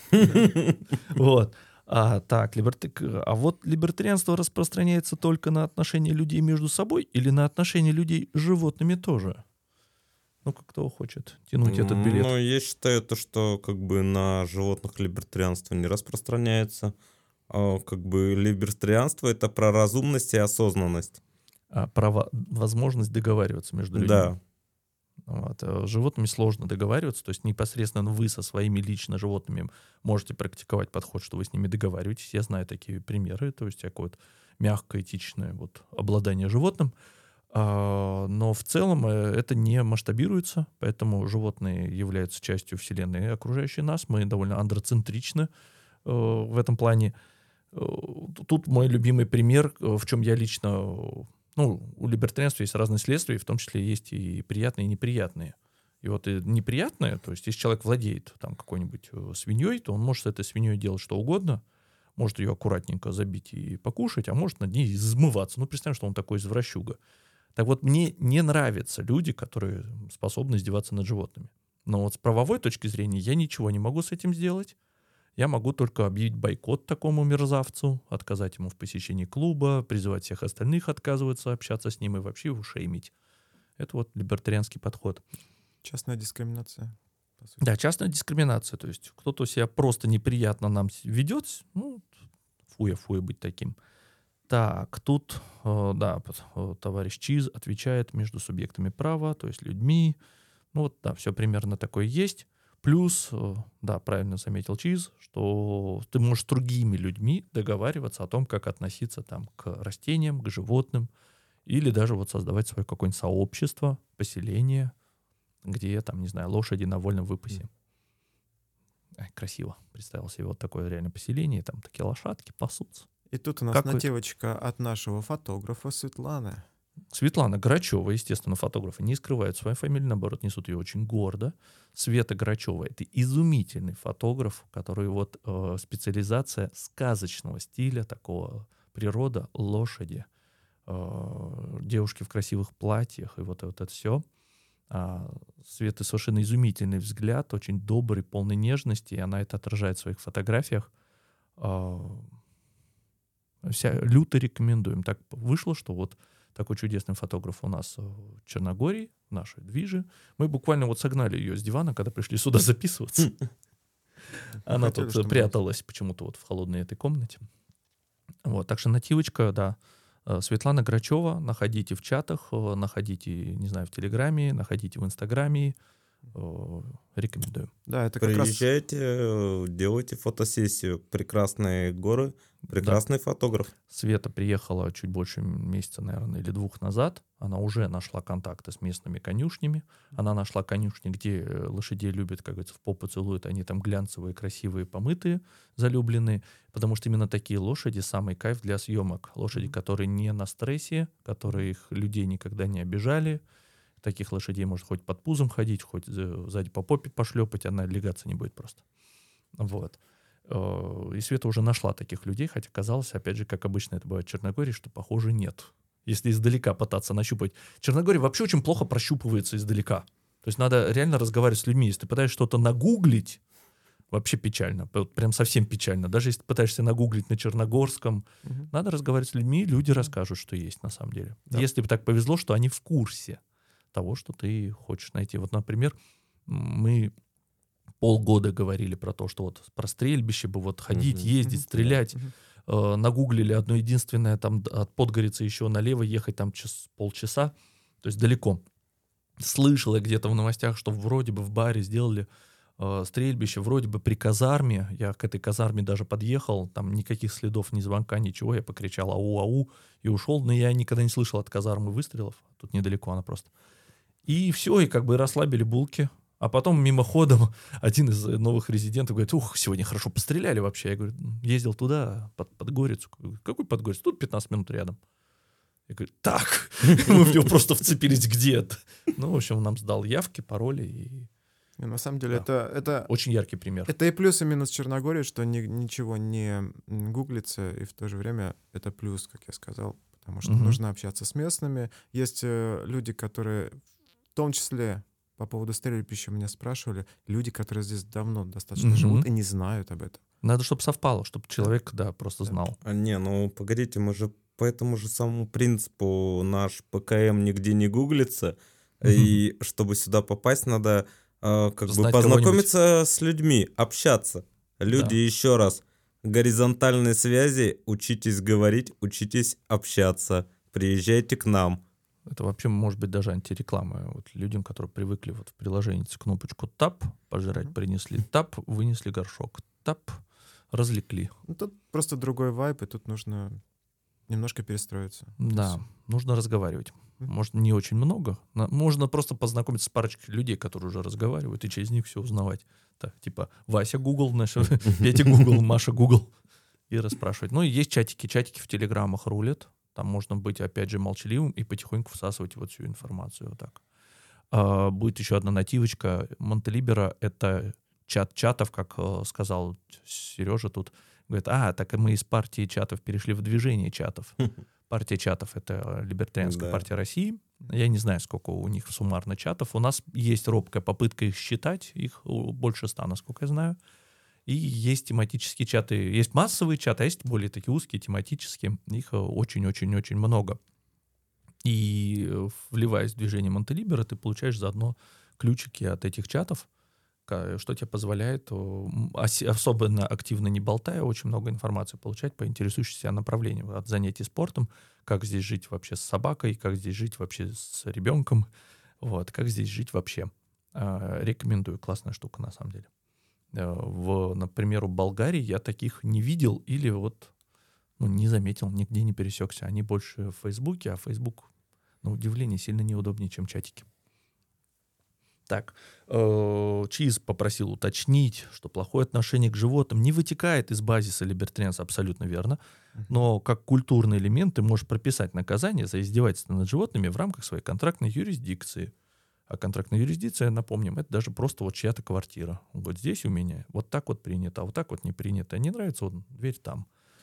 Вот. Так, а вот либертарианство распространяется только на отношения людей между собой или на отношения людей с животными тоже? Ну-ка, кто хочет тянуть этот билет? Ну, я считаю, то, что как бы на животных либертарианство не распространяется. Как бы либертарианство — это про разумность и осознанность. Про возможность договариваться между людьми. Да. Вот. С животными сложно договариваться, то есть непосредственно вы со своими лично животными можете практиковать подход, что вы с ними договариваетесь. Я знаю такие примеры, то есть такое вот мягкое, этичное вот обладание животным. Но в целом это не масштабируется, поэтому животные являются частью вселенной, окружающей нас. Мы довольно андроцентричны в этом плане. Тут мой любимый пример, в чем я лично... Ну, у либертарианства есть разные следствия, в том числе есть и приятные, и неприятные. И вот неприятное, то есть если человек владеет там какой-нибудь свиньей, то он может с этой свиньей делать что угодно, может ее аккуратненько забить и покушать, а может над ней измываться. Ну, представим, что он такой извращуга. Так вот, мне не нравятся люди, которые способны издеваться над животными. Но вот с правовой точки зрения я ничего не могу с этим сделать. Я могу только объявить бойкот такому мерзавцу, отказать ему в посещении клуба, призывать всех остальных отказываться общаться с ним и вообще его шеймить. Это вот либертарианский подход. Частная дискриминация, по сути. Да, частная дискриминация. То есть кто-то себя просто неприятно нам ведет, ну, фуя быть таким. Так, тут, товарищ Чиз отвечает между субъектами права, то есть людьми. Ну вот, да, все примерно такое есть. Плюс, да, правильно заметил Чиз, что ты можешь с другими людьми договариваться о том, как относиться там к растениям, к животным, или даже вот создавать свое какое-нибудь сообщество, поселение, где там, не знаю, лошади на вольном выпасе. Красиво. Представил себе вот такое реально поселение, там такие лошадки пасутся. И тут у нас Как нативочка от нашего фотографа Светланы. Светлана Грачева, естественно, фотографы не скрывают свою фамилию, наоборот, несут ее очень гордо. Света Грачева — это изумительный фотограф, который вот специализация сказочного стиля, такого природа, лошади, девушки в красивых платьях и вот это все. Светы совершенно изумительный взгляд, очень добрый, полный нежности, и она это отражает в своих фотографиях. Люто рекомендуем. Так вышло, что вот такой чудесный фотограф у нас в Черногории, в нашей движе. Мы буквально вот согнали ее с дивана, когда пришли сюда записываться. Она Хотели, тут чтобы пряталась почему-то вот в холодной этой комнате. Вот, так что нативочка, да. Светлана Грачева, находите в чатах, находите, не знаю, в Телеграме, находите в Инстаграме. Рекомендую. Да, это как раз... Приезжайте, делайте фотосессию. Прекрасные горы, прекрасный фотограф. Света приехала чуть больше месяца, наверное, или 2 назад. Она уже нашла контакты с местными конюшнями. Она нашла конюшни, где лошадей любят, как говорится, в попу целуют. Они там глянцевые, красивые, помытые, залюбленные. Потому что именно такие лошади самый кайф для съемок. Лошади, которые не на стрессе, которые их людей никогда не обижали. Таких лошадей можно хоть под пузом ходить, хоть сзади по попе пошлепать, она легаться не будет просто. Вот. И Света уже нашла таких людей, хотя казалось, опять же, как обычно это бывает в Черногории, что, похоже, нет. Если издалека пытаться нащупать. Черногория вообще очень плохо прощупывается издалека. То есть надо реально разговаривать с людьми. Если ты пытаешься что-то нагуглить, вообще печально. Прям совсем печально. Даже если ты пытаешься нагуглить на черногорском, надо разговаривать с людьми, люди расскажут, что есть на самом деле. Да. Если бы так повезло, что они в курсе того, что ты хочешь найти. Вот, например, мы полгода говорили про то, что вот про стрельбище бы вот ходить, ездить, стрелять. Нагуглили одно единственное, там от Подгорицы еще налево ехать там полчаса, то есть далеко. Слышал я где-то в новостях, что вроде бы в баре сделали стрельбище, вроде бы при казарме. Я к этой казарме даже подъехал, там никаких следов, ни звонка, ничего. Я покричал ау-ау и ушел, но я никогда не слышал от казармы выстрелов. Тут недалеко она просто. И все, и как бы расслабили булки. А потом мимоходом один из новых резидентов говорит: ух, сегодня хорошо постреляли вообще. Я говорю: ездил туда, под Подгорицу. Какой Подгорицу? Тут 15 минут рядом. Я говорю: так, мы в него просто вцепились где-то. Ну, в общем, он нам сдал явки, пароли. И на самом деле, это очень яркий пример. Это и плюс, и минус Черногории, что ничего не гуглится, и в то же время это плюс, как я сказал, потому что нужно общаться с местными. Есть люди, которые, в том числе по поводу стрельбища, меня спрашивали, люди, которые здесь давно достаточно живут и не знают об этом. Надо, чтобы совпало, чтобы человек, просто знал. Ну, погодите, мы же по этому же самому принципу наш ПКМ нигде не гуглится, и чтобы сюда попасть, надо как бы познакомиться с людьми, общаться. Люди, еще раз, горизонтальные связи, учитесь говорить, учитесь общаться, приезжайте к нам. Это вообще может быть даже антиреклама. Вот людям, которые привыкли вот в приложении кнопочку «тап», пожрать принесли, «тап», вынесли горшок, «тап», развлекли. Ну, тут просто другой вайб, и тут нужно немножко перестроиться. Да, нужно разговаривать. Может, не очень много. Можно просто познакомиться с парочкой людей, которые уже разговаривают, и через них все узнавать. Так, типа Вася Google, Петя Google, Маша Google. И расспрашивать. Ну, и есть чатики. Чатики в телеграммах рулят. Там можно быть, опять же, молчаливым и потихоньку всасывать вот всю информацию. Вот так. Будет еще одна нативочка. Монтелибера — это чат чатов, как сказал Сережа тут. Говорит, так и мы из партии чатов перешли в движение чатов. Партия чатов — это Либертарианская партия России. Я не знаю, сколько у них суммарно чатов. У нас есть робкая попытка их считать. Их больше 100, насколько я знаю. И есть тематические чаты. Есть массовые чаты, а есть более такие узкие, тематические. Их очень-очень-очень много. И вливаясь в движение Монтелибера, ты получаешь заодно ключики от этих чатов, что тебе позволяет, особенно активно не болтая, очень много информации получать по интересующимся направлениям. От занятий спортом, как здесь жить вообще с собакой, как здесь жить вообще с ребенком, как здесь жить вообще. Рекомендую, классная штука на самом деле. Например, в Болгарии я таких не видел или не заметил, нигде не пересекся. Они больше в Фейсбуке, а Фейсбук, на удивление, сильно неудобнее, чем чатики. Так, Чиз попросил уточнить, что плохое отношение к животным не вытекает из базиса либертарианства, абсолютно верно, но как культурный элемент ты можешь прописать наказание за издевательство над животными в рамках своей контрактной юрисдикции. А контрактная юрисдикция, напомним, это даже просто чья-то квартира. Он говорит, здесь у меня вот так вот принято, а вот так вот не принято. Не нравится, дверь там.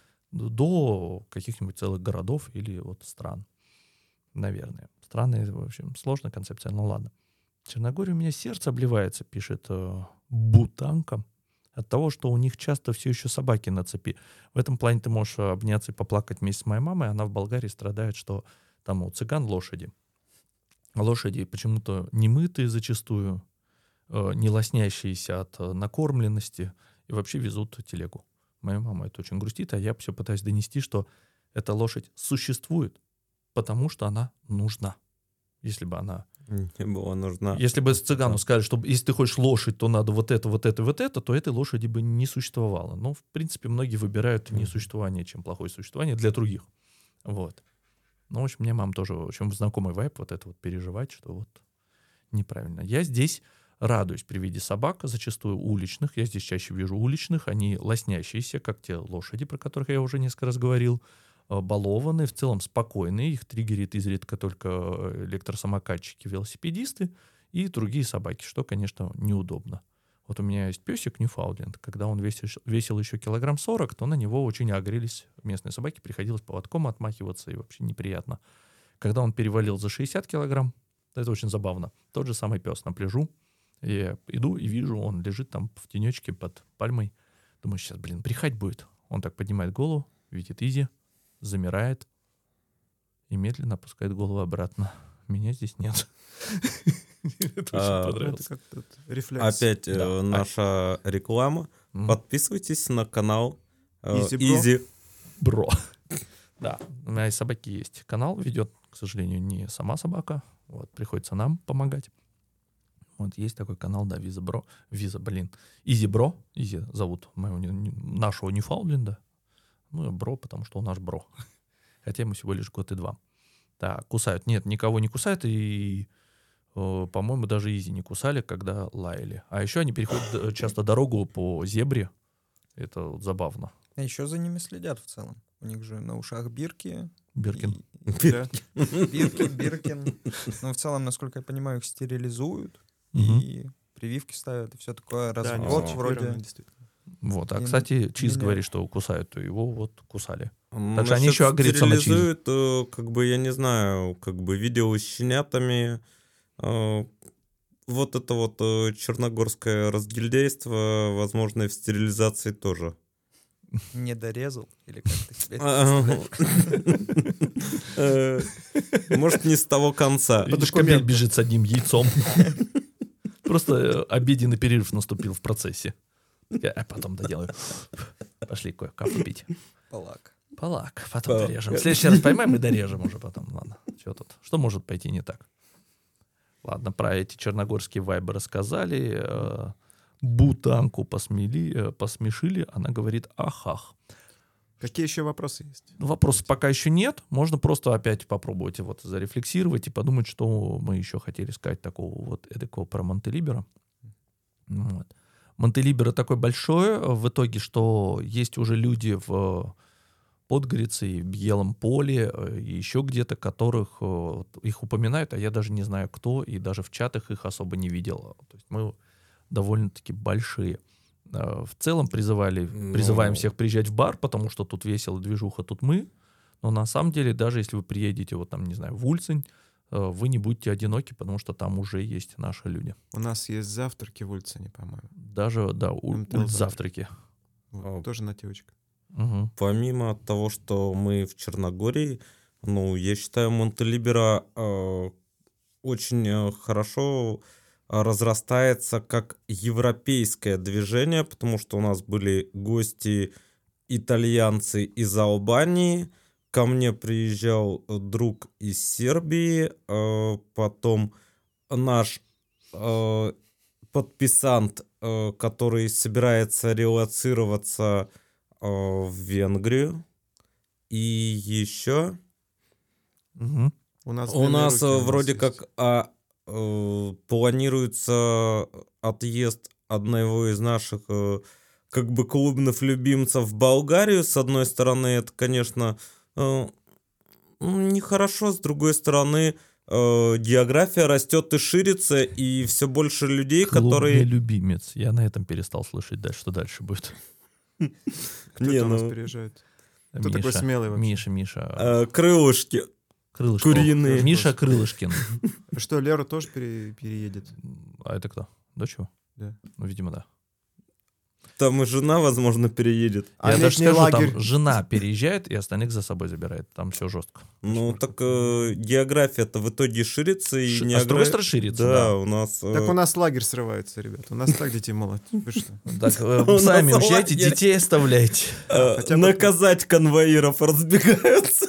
До каких-нибудь целых городов или стран. Наверное. Страны, в общем, сложная концепция, но ладно. В Черногории у меня сердце обливается, пишет Бутанка, от того, что у них часто все еще собаки на цепи. В этом плане ты можешь обняться и поплакать вместе с моей мамой. Она в Болгарии страдает, что там у цыган лошади. Лошади почему-то не мытые зачастую, не лоснящиеся от накормленности и вообще везут телегу. Моя мама это очень грустит, а я все пытаюсь донести, что эта лошадь существует, потому что она нужна. Если бы она... Не была нужна. Если бы цыгану сказали, что если ты хочешь лошадь, то надо вот это, то этой лошади бы не существовало. Но, в принципе, многие выбирают несуществование, чем плохое существование для других. Ну, в общем, мне мама тоже очень знакомый вайб переживать, что неправильно. Я здесь радуюсь при виде собак, зачастую уличных. Я здесь чаще вижу уличных. Они лоснящиеся, как те лошади, про которых я уже несколько раз говорил. Балованные, в целом спокойные. Их триггерит изредка только электросамокатчики, велосипедисты и другие собаки, что, конечно, неудобно. У меня есть песик Ньюфаундленд. Когда он весил еще 40 килограмм, то на него очень агрелись местные собаки. Приходилось поводком отмахиваться, и вообще неприятно. Когда он перевалил за 60 килограмм, это очень забавно. Тот же самый пес на пляжу. Я иду и вижу, он лежит там в тенечке под пальмой. Думаю, сейчас, брехать будет. Он так поднимает голову, видит Изи, замирает и медленно опускает голову обратно. Меня здесь нет. Это очень понравилось. Это как рефлекс. Опять наша реклама. Подписывайтесь на канал Easy Bro. Да, у меня и собаки есть. Канал ведет, к сожалению, не сама собака. Приходится нам помогать. Есть такой канал, да, Easy Bro. Easy Bro. Easy зовут нашего Ньюфаундленда. Бро, потому что он наш бро. Хотя ему всего лишь 1 и 2. Так, кусают. Нет, никого не кусают. И, по-моему, даже Изи не кусали, когда лаяли. А еще они переходят часто дорогу по зебре. Это забавно. А еще за ними следят в целом. У них же на ушах бирки. Биркин. Биркин. Ну, в целом, насколько я понимаю, их стерилизуют. И прививки ставят, и все такое. Раз в год вроде. Кстати, Чиз говорит, что кусают, то его кусали. Так что они еще агрятся на Чиз. Я не знаю, видео с щенятами. Это черногорское разгильдейство, возможно, и в стерилизации тоже. Не дорезал? Или как ты себе это представляешь? Может, не с того конца. Видишь, кобель бежит с одним яйцом. Просто обеденный перерыв наступил в процессе. Я потом доделаю. Пошли кафе пить. Полак. Потом дорежем. В следующий раз поймаем и дорежем уже потом. Ладно, что тут? Что может пойти не так? Ладно, про эти черногорские вайбы рассказали. Бутанку посмешили. Она говорит ахах. Какие еще вопросы есть? Вопросов пока еще нет. Можно просто опять попробовать зарефлексировать и подумать, что мы еще хотели сказать такого эдакого про Монтелибера. Монтелибера такой большой в итоге, что есть уже люди в Подгорице, и в Белом поле, и еще где-то, которых их упоминают, а я даже не знаю кто, и даже в чатах их особо не видел. То есть мы довольно-таки большие. В целом призываем всех приезжать в бар, потому что тут весело, движуха, тут мы. Но на самом деле, даже если вы приедете, вот там, не знаю, в Ульцинь, вы не будете одиноки, потому что там уже есть наши люди. У нас есть завтраки в Ульцине, по-моему. Даже, да, завтраки. Вот, тоже нативочка. Угу. Помимо того, что мы в Черногории, я считаю, Монтелиберо очень хорошо разрастается как европейское движение, потому что у нас были гости итальянцы из Албании, ко мне приезжал друг из Сербии, потом наш подписант, который собирается релоцироваться в Венгрию, и еще У у нас вроде как планируется отъезд одного из наших как бы клубных любимцев в Болгарию. С одной стороны, это, конечно, нехорошо, с другой стороны, география растет и ширится, и все больше людей, Клубный которые... любимец. Я на этом перестал слышать дальше, что дальше будет. Кто у нас переезжает? Кто такой смелый вообще? Миша. Крылышки. Крылышков. Куриные. Миша Крылышкин. Что, Лера тоже переедет? А это кто? Дочь его? Да. Ну, видимо, да. Там и жена, возможно, переедет. Я даже летний скажу, лагерь? там жена переезжает и остальных за собой забирает. Там все жестко. Так география-то в итоге ширится. И не А с другой стороны ширится, да. у нас... Так у нас лагерь срывается, ребят. У нас так детей мало. Вы что? Так, сами уезжайте, детей оставляйте. Наказать конвоиров разбегаются.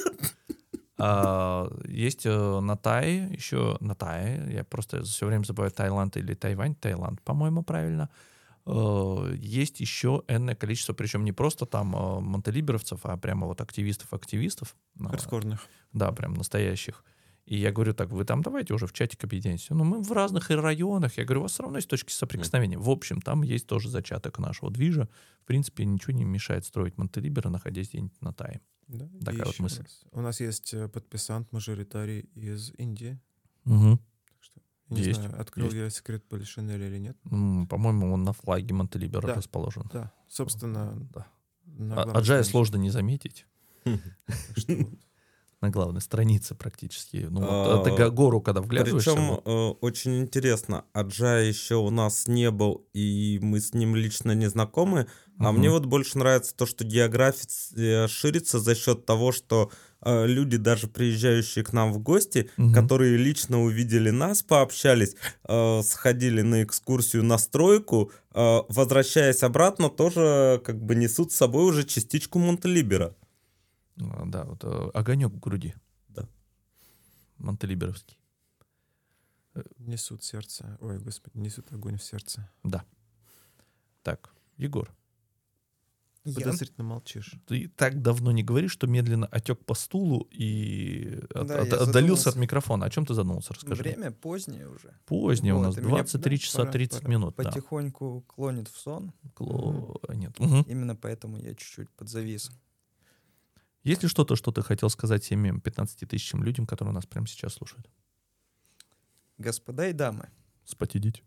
Есть на Тае, еще на Тае, я просто все время забываю, Таиланд или Тайвань, Таиланд, по-моему, правильно. Есть еще энное количество, причем не просто там монтелиберовцев, а прямо вот активистов. Хардкорных. Да, прям настоящих. И я говорю, так, вы там давайте уже в чатик объединяйтесь. Мы в разных районах. Я говорю, у вас все равно есть точки соприкосновения. В общем, там есть тоже зачаток нашего движа. В принципе, ничего не мешает строить монтелиберо, находясь где-нибудь на Тае. Да. Такая вот мысль. У нас есть подписант, мажоритарий из Индии. Угу. Я не знаю, открыл я секрет Полишинеля или нет. По-моему, он на флаге Монтелиберо расположен. Да, собственно. Да. На Аджая сложно не заметить. Что? На главной странице практически. Это гору, когда вглядываешься. Причем очень интересно, Аджая еще у нас не был, и мы с ним лично не знакомы. А мне вот больше нравится то, что география ширится за счет того, что люди, даже приезжающие к нам в гости, которые лично увидели нас, пообщались, сходили на экскурсию на стройку, возвращаясь обратно, тоже как бы несут с собой уже частичку Монтелиберо. Да, вот огонек в груди. Да. Монтелиберовский. Несут сердце. Ой, господи, несут огонь в сердце. Да. Так, Егор. Подозрительно молчишь. Ты так давно не говоришь, что медленно отек по стулу и отдалился задумался. от микрофона. О чем ты задумался? Расскажи. Время позднее уже. Позднее у нас, Вот, и меня 23 часа 30 минут. Да. Потихоньку клонит в сон. Нет. Именно поэтому я чуть-чуть подзавис. Есть ли что-то, что ты хотел сказать 7-15 тысячам людям, которые нас прямо сейчас слушают? Господа и дамы, Спать идите.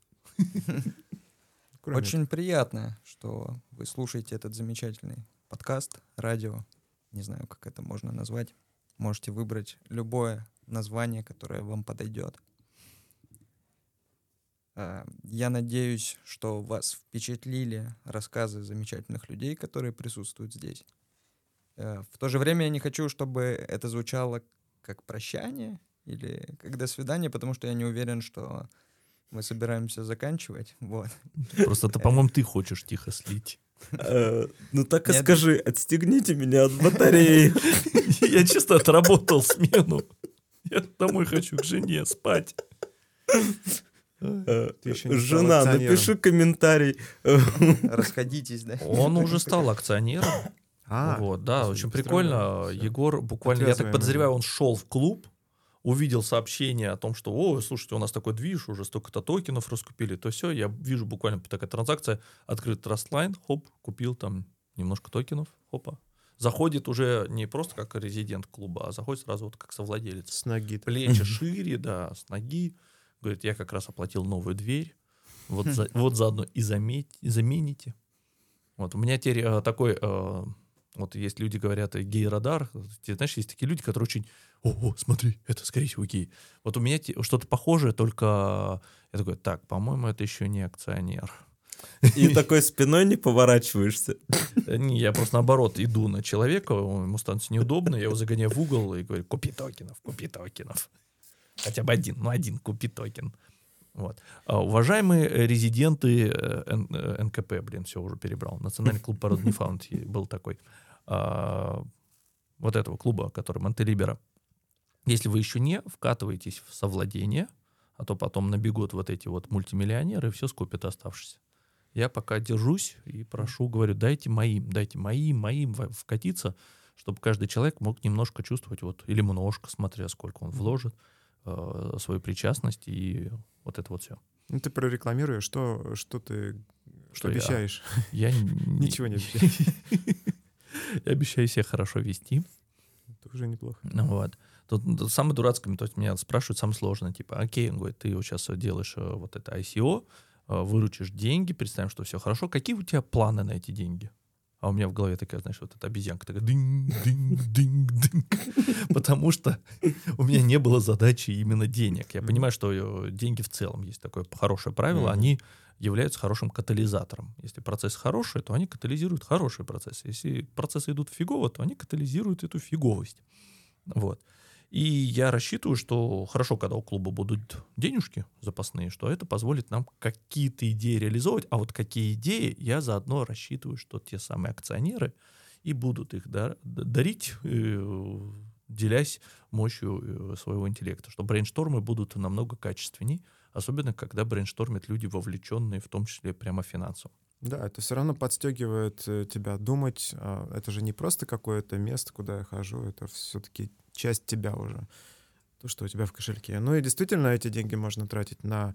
очень приятно, что вы слушаете этот замечательный подкаст, радио. Не знаю, как это можно назвать. Можете выбрать любое название, которое вам подойдет. Я надеюсь, что вас впечатлили рассказы замечательных людей, которые присутствуют здесь. В то же время я не хочу, чтобы это звучало как прощание или как до свидания, потому что я не уверен, что мы собираемся заканчивать. Вот. Просто, по-моему, ты хочешь тихо слить. Ну так и скажи, отстегните меня от батареи. Я чисто отработал смену. Я домой хочу к жене спать. Жена, напиши комментарий. Расходитесь, да? Он уже стал акционером. Вот, да, очень прикольно. Егор буквально, я так подозреваю, он шел в клуб, увидел сообщение о том, что, о, слушайте, у нас такой движ, уже столько-то токенов раскупили, то все, я вижу буквально такая транзакция, открыт Trustline, хоп, купил там немножко токенов, хопа, заходит уже не просто как резидент клуба, а заходит сразу вот как совладелец. С ноги. Плечи шире, да, с ноги. Говорит, я как раз оплатил новую дверь. Вот заодно и замените. Вот у меня теперь такой... Вот есть люди, говорят, гей-радар. Ты знаешь, есть такие люди, которые очень... О, смотри, это, скорее всего, гей. Вот у меня что-то похожее, только... Я такой, так, по-моему, это еще не акционер. И такой спиной не поворачиваешься. Не, я просто наоборот иду на человека, ему становится неудобно, я его загоняю в угол и говорю, купи токенов. Хотя бы один, купи токен. Вот. Уважаемые резиденты НКП, все уже перебрал, Национальный клуб пород Ньюфаунд был такой, вот этого клуба, который Монтелиберо. Если вы еще не вкатываетесь в совладение, а то потом набегут вот эти вот мультимиллионеры и все скупят оставшиеся. Я пока держусь и прошу, говорю, дайте моим вкатиться, чтобы каждый человек мог немножко чувствовать, вот, или немножко, смотря сколько он вложит, свою причастность и вот это вот все. Ну, ты прорекламируешь, что ты обещаешь? Я Ничего не обещаю. Я обещаю себя хорошо вести. Это уже неплохо. Вот. Тут самое дурацкое, то есть меня спрашивают, самое сложное, типа, окей, он говорит, ты вот сейчас делаешь вот это ICO, выручишь деньги, представим, что все хорошо, какие у тебя планы на эти деньги? А у меня в голове такая, знаешь, вот эта обезьянка такая дынь-дынь-дынь-дынь. Потому что у меня не было задачи именно денег. Я понимаю, что деньги в целом, есть такое хорошее правило, они являются хорошим катализатором. Если процессы хорошие, то они катализируют хорошие процессы. Если процессы идут фигово, то они катализируют эту фиговость. Вот. И я рассчитываю, что хорошо, когда у клуба будут денежки запасные, что это позволит нам какие-то идеи реализовывать. А вот какие идеи, я заодно рассчитываю, что те самые акционеры и будут их дарить, делясь мощью своего интеллекта. Что брейнштормы будут намного качественней, особенно когда брейнштормят люди, вовлеченные в том числе прямо финансово. Да, это все равно подстегивает тебя думать. Это же не просто какое-то место, куда я хожу, это все-таки часть тебя уже, то, что у тебя в кошельке. Ну и действительно эти деньги можно тратить на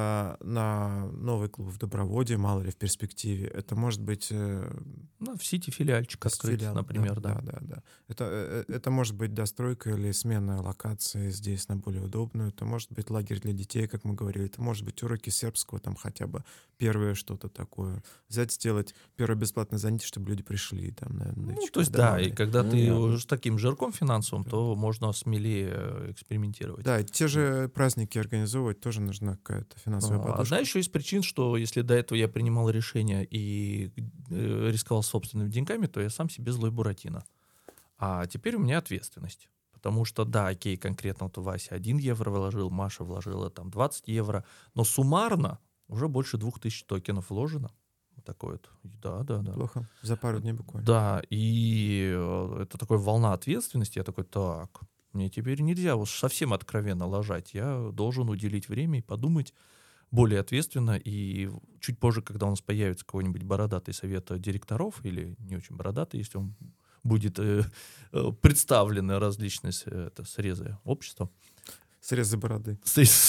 новый клуб в Доброводе, мало ли в перспективе. Это может быть... в Сити филиальчик открыть, филиал, например, да. Да. Это может быть достройка или смена локации здесь на более удобную. Это может быть лагерь для детей, как мы говорили. Это может быть уроки сербского, там хотя бы первое что-то такое. Взять, сделать первое бесплатное занятие, чтобы люди пришли. Там, то есть, да, и когда ты уже с таким жирком финансовым, то можно смелее экспериментировать. Да, те же праздники организовывать тоже нужна какая-то финансовая подушка. Одна еще из причин, что если до этого я принимал решения и рисковал собственными деньгами, то я сам себе злой Буратино. А теперь у меня ответственность. Потому что, да, окей, конкретно вот Вася 1 евро вложил, Маша вложила там 20 евро, но суммарно уже больше 2000 токенов вложено. Вот такой вот. Да. Плохо. За пару дней буквально. Да, и это такая волна ответственности. Я такой, так, мне теперь нельзя вот совсем откровенно ложать. Я должен уделить время и подумать более ответственно. И чуть позже, когда у нас появится какой-нибудь бородатый совет директоров, или не очень бородатый, если он будет представлены различные срезы общества. Срезы бороды.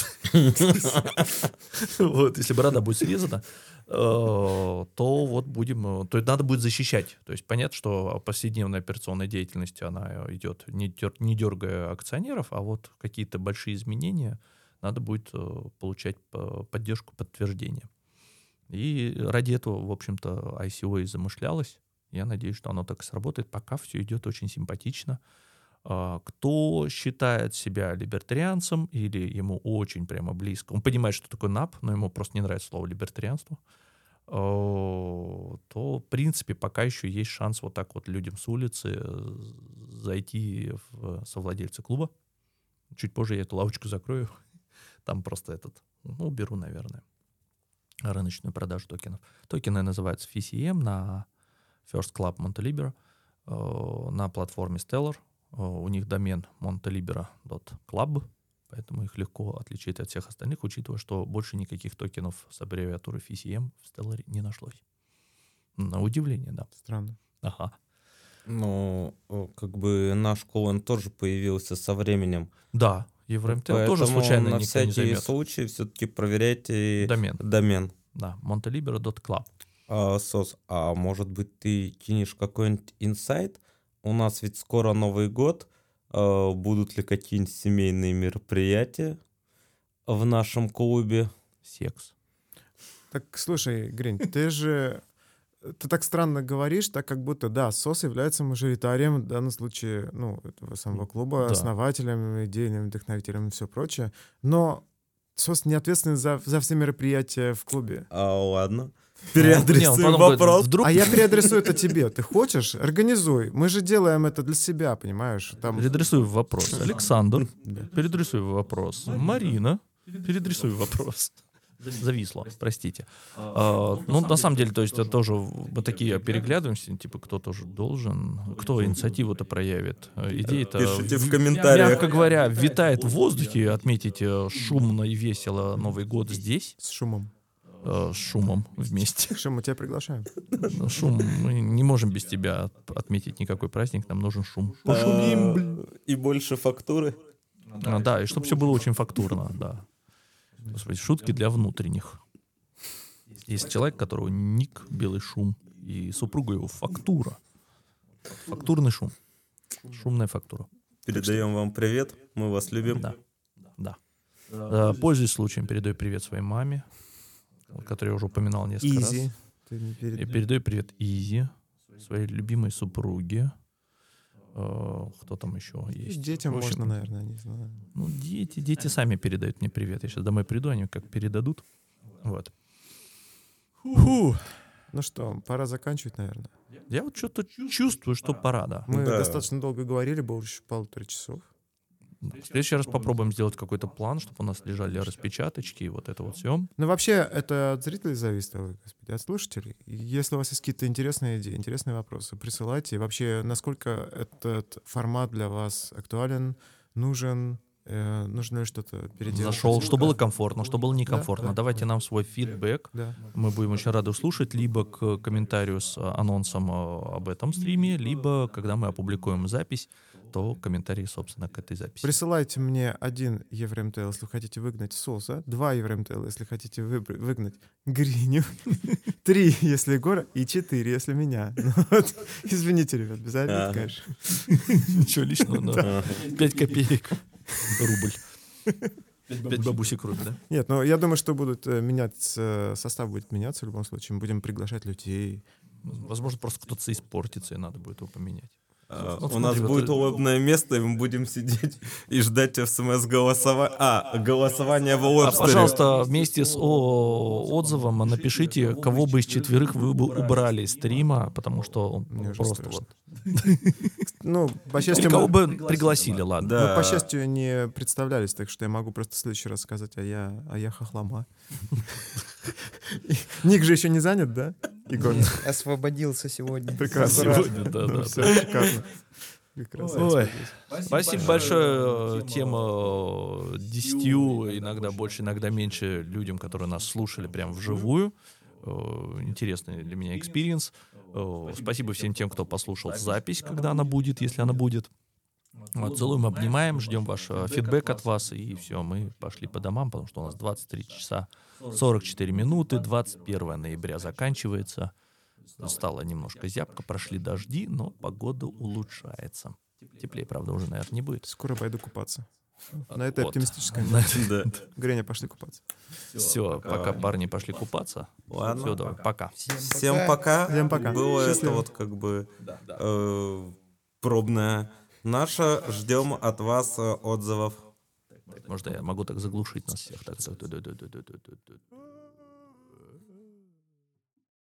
Вот, если борода будет срезана, то вот будем... То есть надо будет защищать. То есть понятно, что повседневная операционная деятельность, она идет не дергая акционеров, а вот какие-то большие изменения надо будет получать поддержку, подтверждение. И ради этого, в общем-то, ICO и замышлялось. Я надеюсь, что оно так и сработает. Пока все идет очень симпатично. Кто считает себя либертарианцем или ему очень прямо близко, он понимает, что такое НАП, но ему просто не нравится слово либертарианство, то, в принципе, пока еще есть шанс вот так вот людям с улицы зайти в совладельца клуба. Чуть позже я эту лавочку закрою. Там просто уберу, наверное, рыночную продажу токенов. Токены называются FCM на First Club Montelibero, на платформе Stellar. У них домен montelibero.club, поэтому их легко отличить от всех остальных, учитывая, что больше никаких токенов с аббревиатурой FCM в Stellar не нашлось. На удивление, да. Странно. Ага. Ну, как бы наш колон тоже появился со временем. Да, EuroMTL тоже случайно на никто не всякий займет. случай все-таки проверяйте домен. Да, montelibero.club. Сос, а может быть ты кинешь какой-нибудь инсайт у нас ведь скоро Новый год. Будут ли какие-нибудь семейные мероприятия в нашем клубе? Секс. Так, слушай, Грин, ты так странно говоришь, так как будто, да, СОС является мажоритарием в данном случае, ну, этого самого клуба, Да. основателем, идейным вдохновителем и все прочее, но СОС не ответственен за все мероприятия в клубе. Ладно. Не, он Переадресуем потом говорит, вопрос. вдруг А я переадресую это тебе. Ты хочешь? Организуй. Мы же делаем это для себя, понимаешь? Там... переадресую вопрос. Александр, Да. переадресую вопрос. Марина, переадресую вопрос. Зависло, простите. Ну, на самом деле, то есть, это тоже мы такие переглядываемся, типа, кто тоже должен, кто инициативу-то проявит. Идея-то, Пишите в комментариях. мягко говоря, витает в воздухе. Отметите шумно и весело Новый год здесь, С шумом. с шумом вместе. Шум, мы тебя приглашаем. Шум, мы не можем без тебя отметить никакой праздник, нам нужен шум. И больше фактуры. Да, и чтобы все было очень фактурно, да. Господи, шутки для внутренних. Есть человек, у которого ник белый шум, и супруга его фактура. Фактурный шум. Шумная фактура. Передаем вам привет. Мы вас любим. Да. Пользуясь случаем, передаю привет своей маме, которую я уже упоминал несколько раз. Изи. Ты не И передаю привет Изи, своей любимой супруге. Кто там еще есть? Детям В общем, можно, наверное, не знаю. Ну, дети сами передают мне привет. Я сейчас домой приду, они как передадут. Вот. Фу. Ну что, пора заканчивать, наверное. Я вот что-то чувствую, что пора, да. Мы Да. достаточно долго говорили, больше 1,5 часов. В следующий раз попробуем сделать какой-то план, чтобы у нас лежали распечаточки и вот это вот все. Ну, вообще, это от зрителей зависит, господи, от слушателей. Если у вас есть какие-то интересные идеи, интересные вопросы, присылайте. И вообще, насколько этот формат для вас актуален, нужен, нужно ли что-то переделать? Зашел, что было комфортно, что было некомфортно. Да. Давайте нам свой фидбэк. Да. Мы будем очень рады услышать либо к комментарию с анонсом об этом стриме, либо, когда мы опубликуем запись, то комментарии, собственно, к этой записи. Присылайте мне 1 евро-МТЛ, если вы хотите выгнать Соса, 2 евро-МТЛ, если хотите выгнать Гриню, 3, если Егора, и 4, если меня. Ну, вот. Извините, ребят, без обид, конечно. Ничего личного, но 5 копеек. Рубль. 5 бабусек рубль, да? Нет, но я думаю, что будут меняться, состав будет меняться в любом случае. Мы будем приглашать людей. Возможно, просто кто-то испортится, и надо будет его поменять. У нас будет улыбное место, и мы будем сидеть и ждать голосования в лобстере. Пожалуйста, вместе с отзывом напишите, кого бы из четверых вы бы убрали из стрима, потому что он Мне уже просто страшно. вот... Ну, по Или счастью, кого мы, бы пригласили, ладно. Да. мы, по счастью, не представлялись, так что я могу просто в следующий раз сказать, а я хохлома. Ник же еще не занят, да, Егор? Освободился сегодня. Прекрасно. Сегодня, да. Всё, шикарно. Прекрасно. Ой, спасибо большое тем 10, иногда больше, иногда меньше людям, которые нас слушали прям вживую. Интересный для меня экспириенс. Спасибо всем тем, кто послушал запись, когда она будет, если она будет. Вот, целуем, обнимаем, ждем ваш фидбэк от вас, и все, мы пошли по домам, потому что у нас 23 часа 44 минуты, 21 ноября заканчивается. Стало немножко зябко, прошли дожди, но погода улучшается. Теплее, правда, уже, наверное, не будет. Скоро пойду купаться. На этой Вот. оптимистической На Да. Греня, пошли купаться. Все, пока парни пошли купаться. Ладно. Все, давай, пока. Всем пока. Всем пока. Было Счастливо. это вот как бы пробная наша. Ждем от вас отзывов. Может, я могу так заглушить нас всех. Так.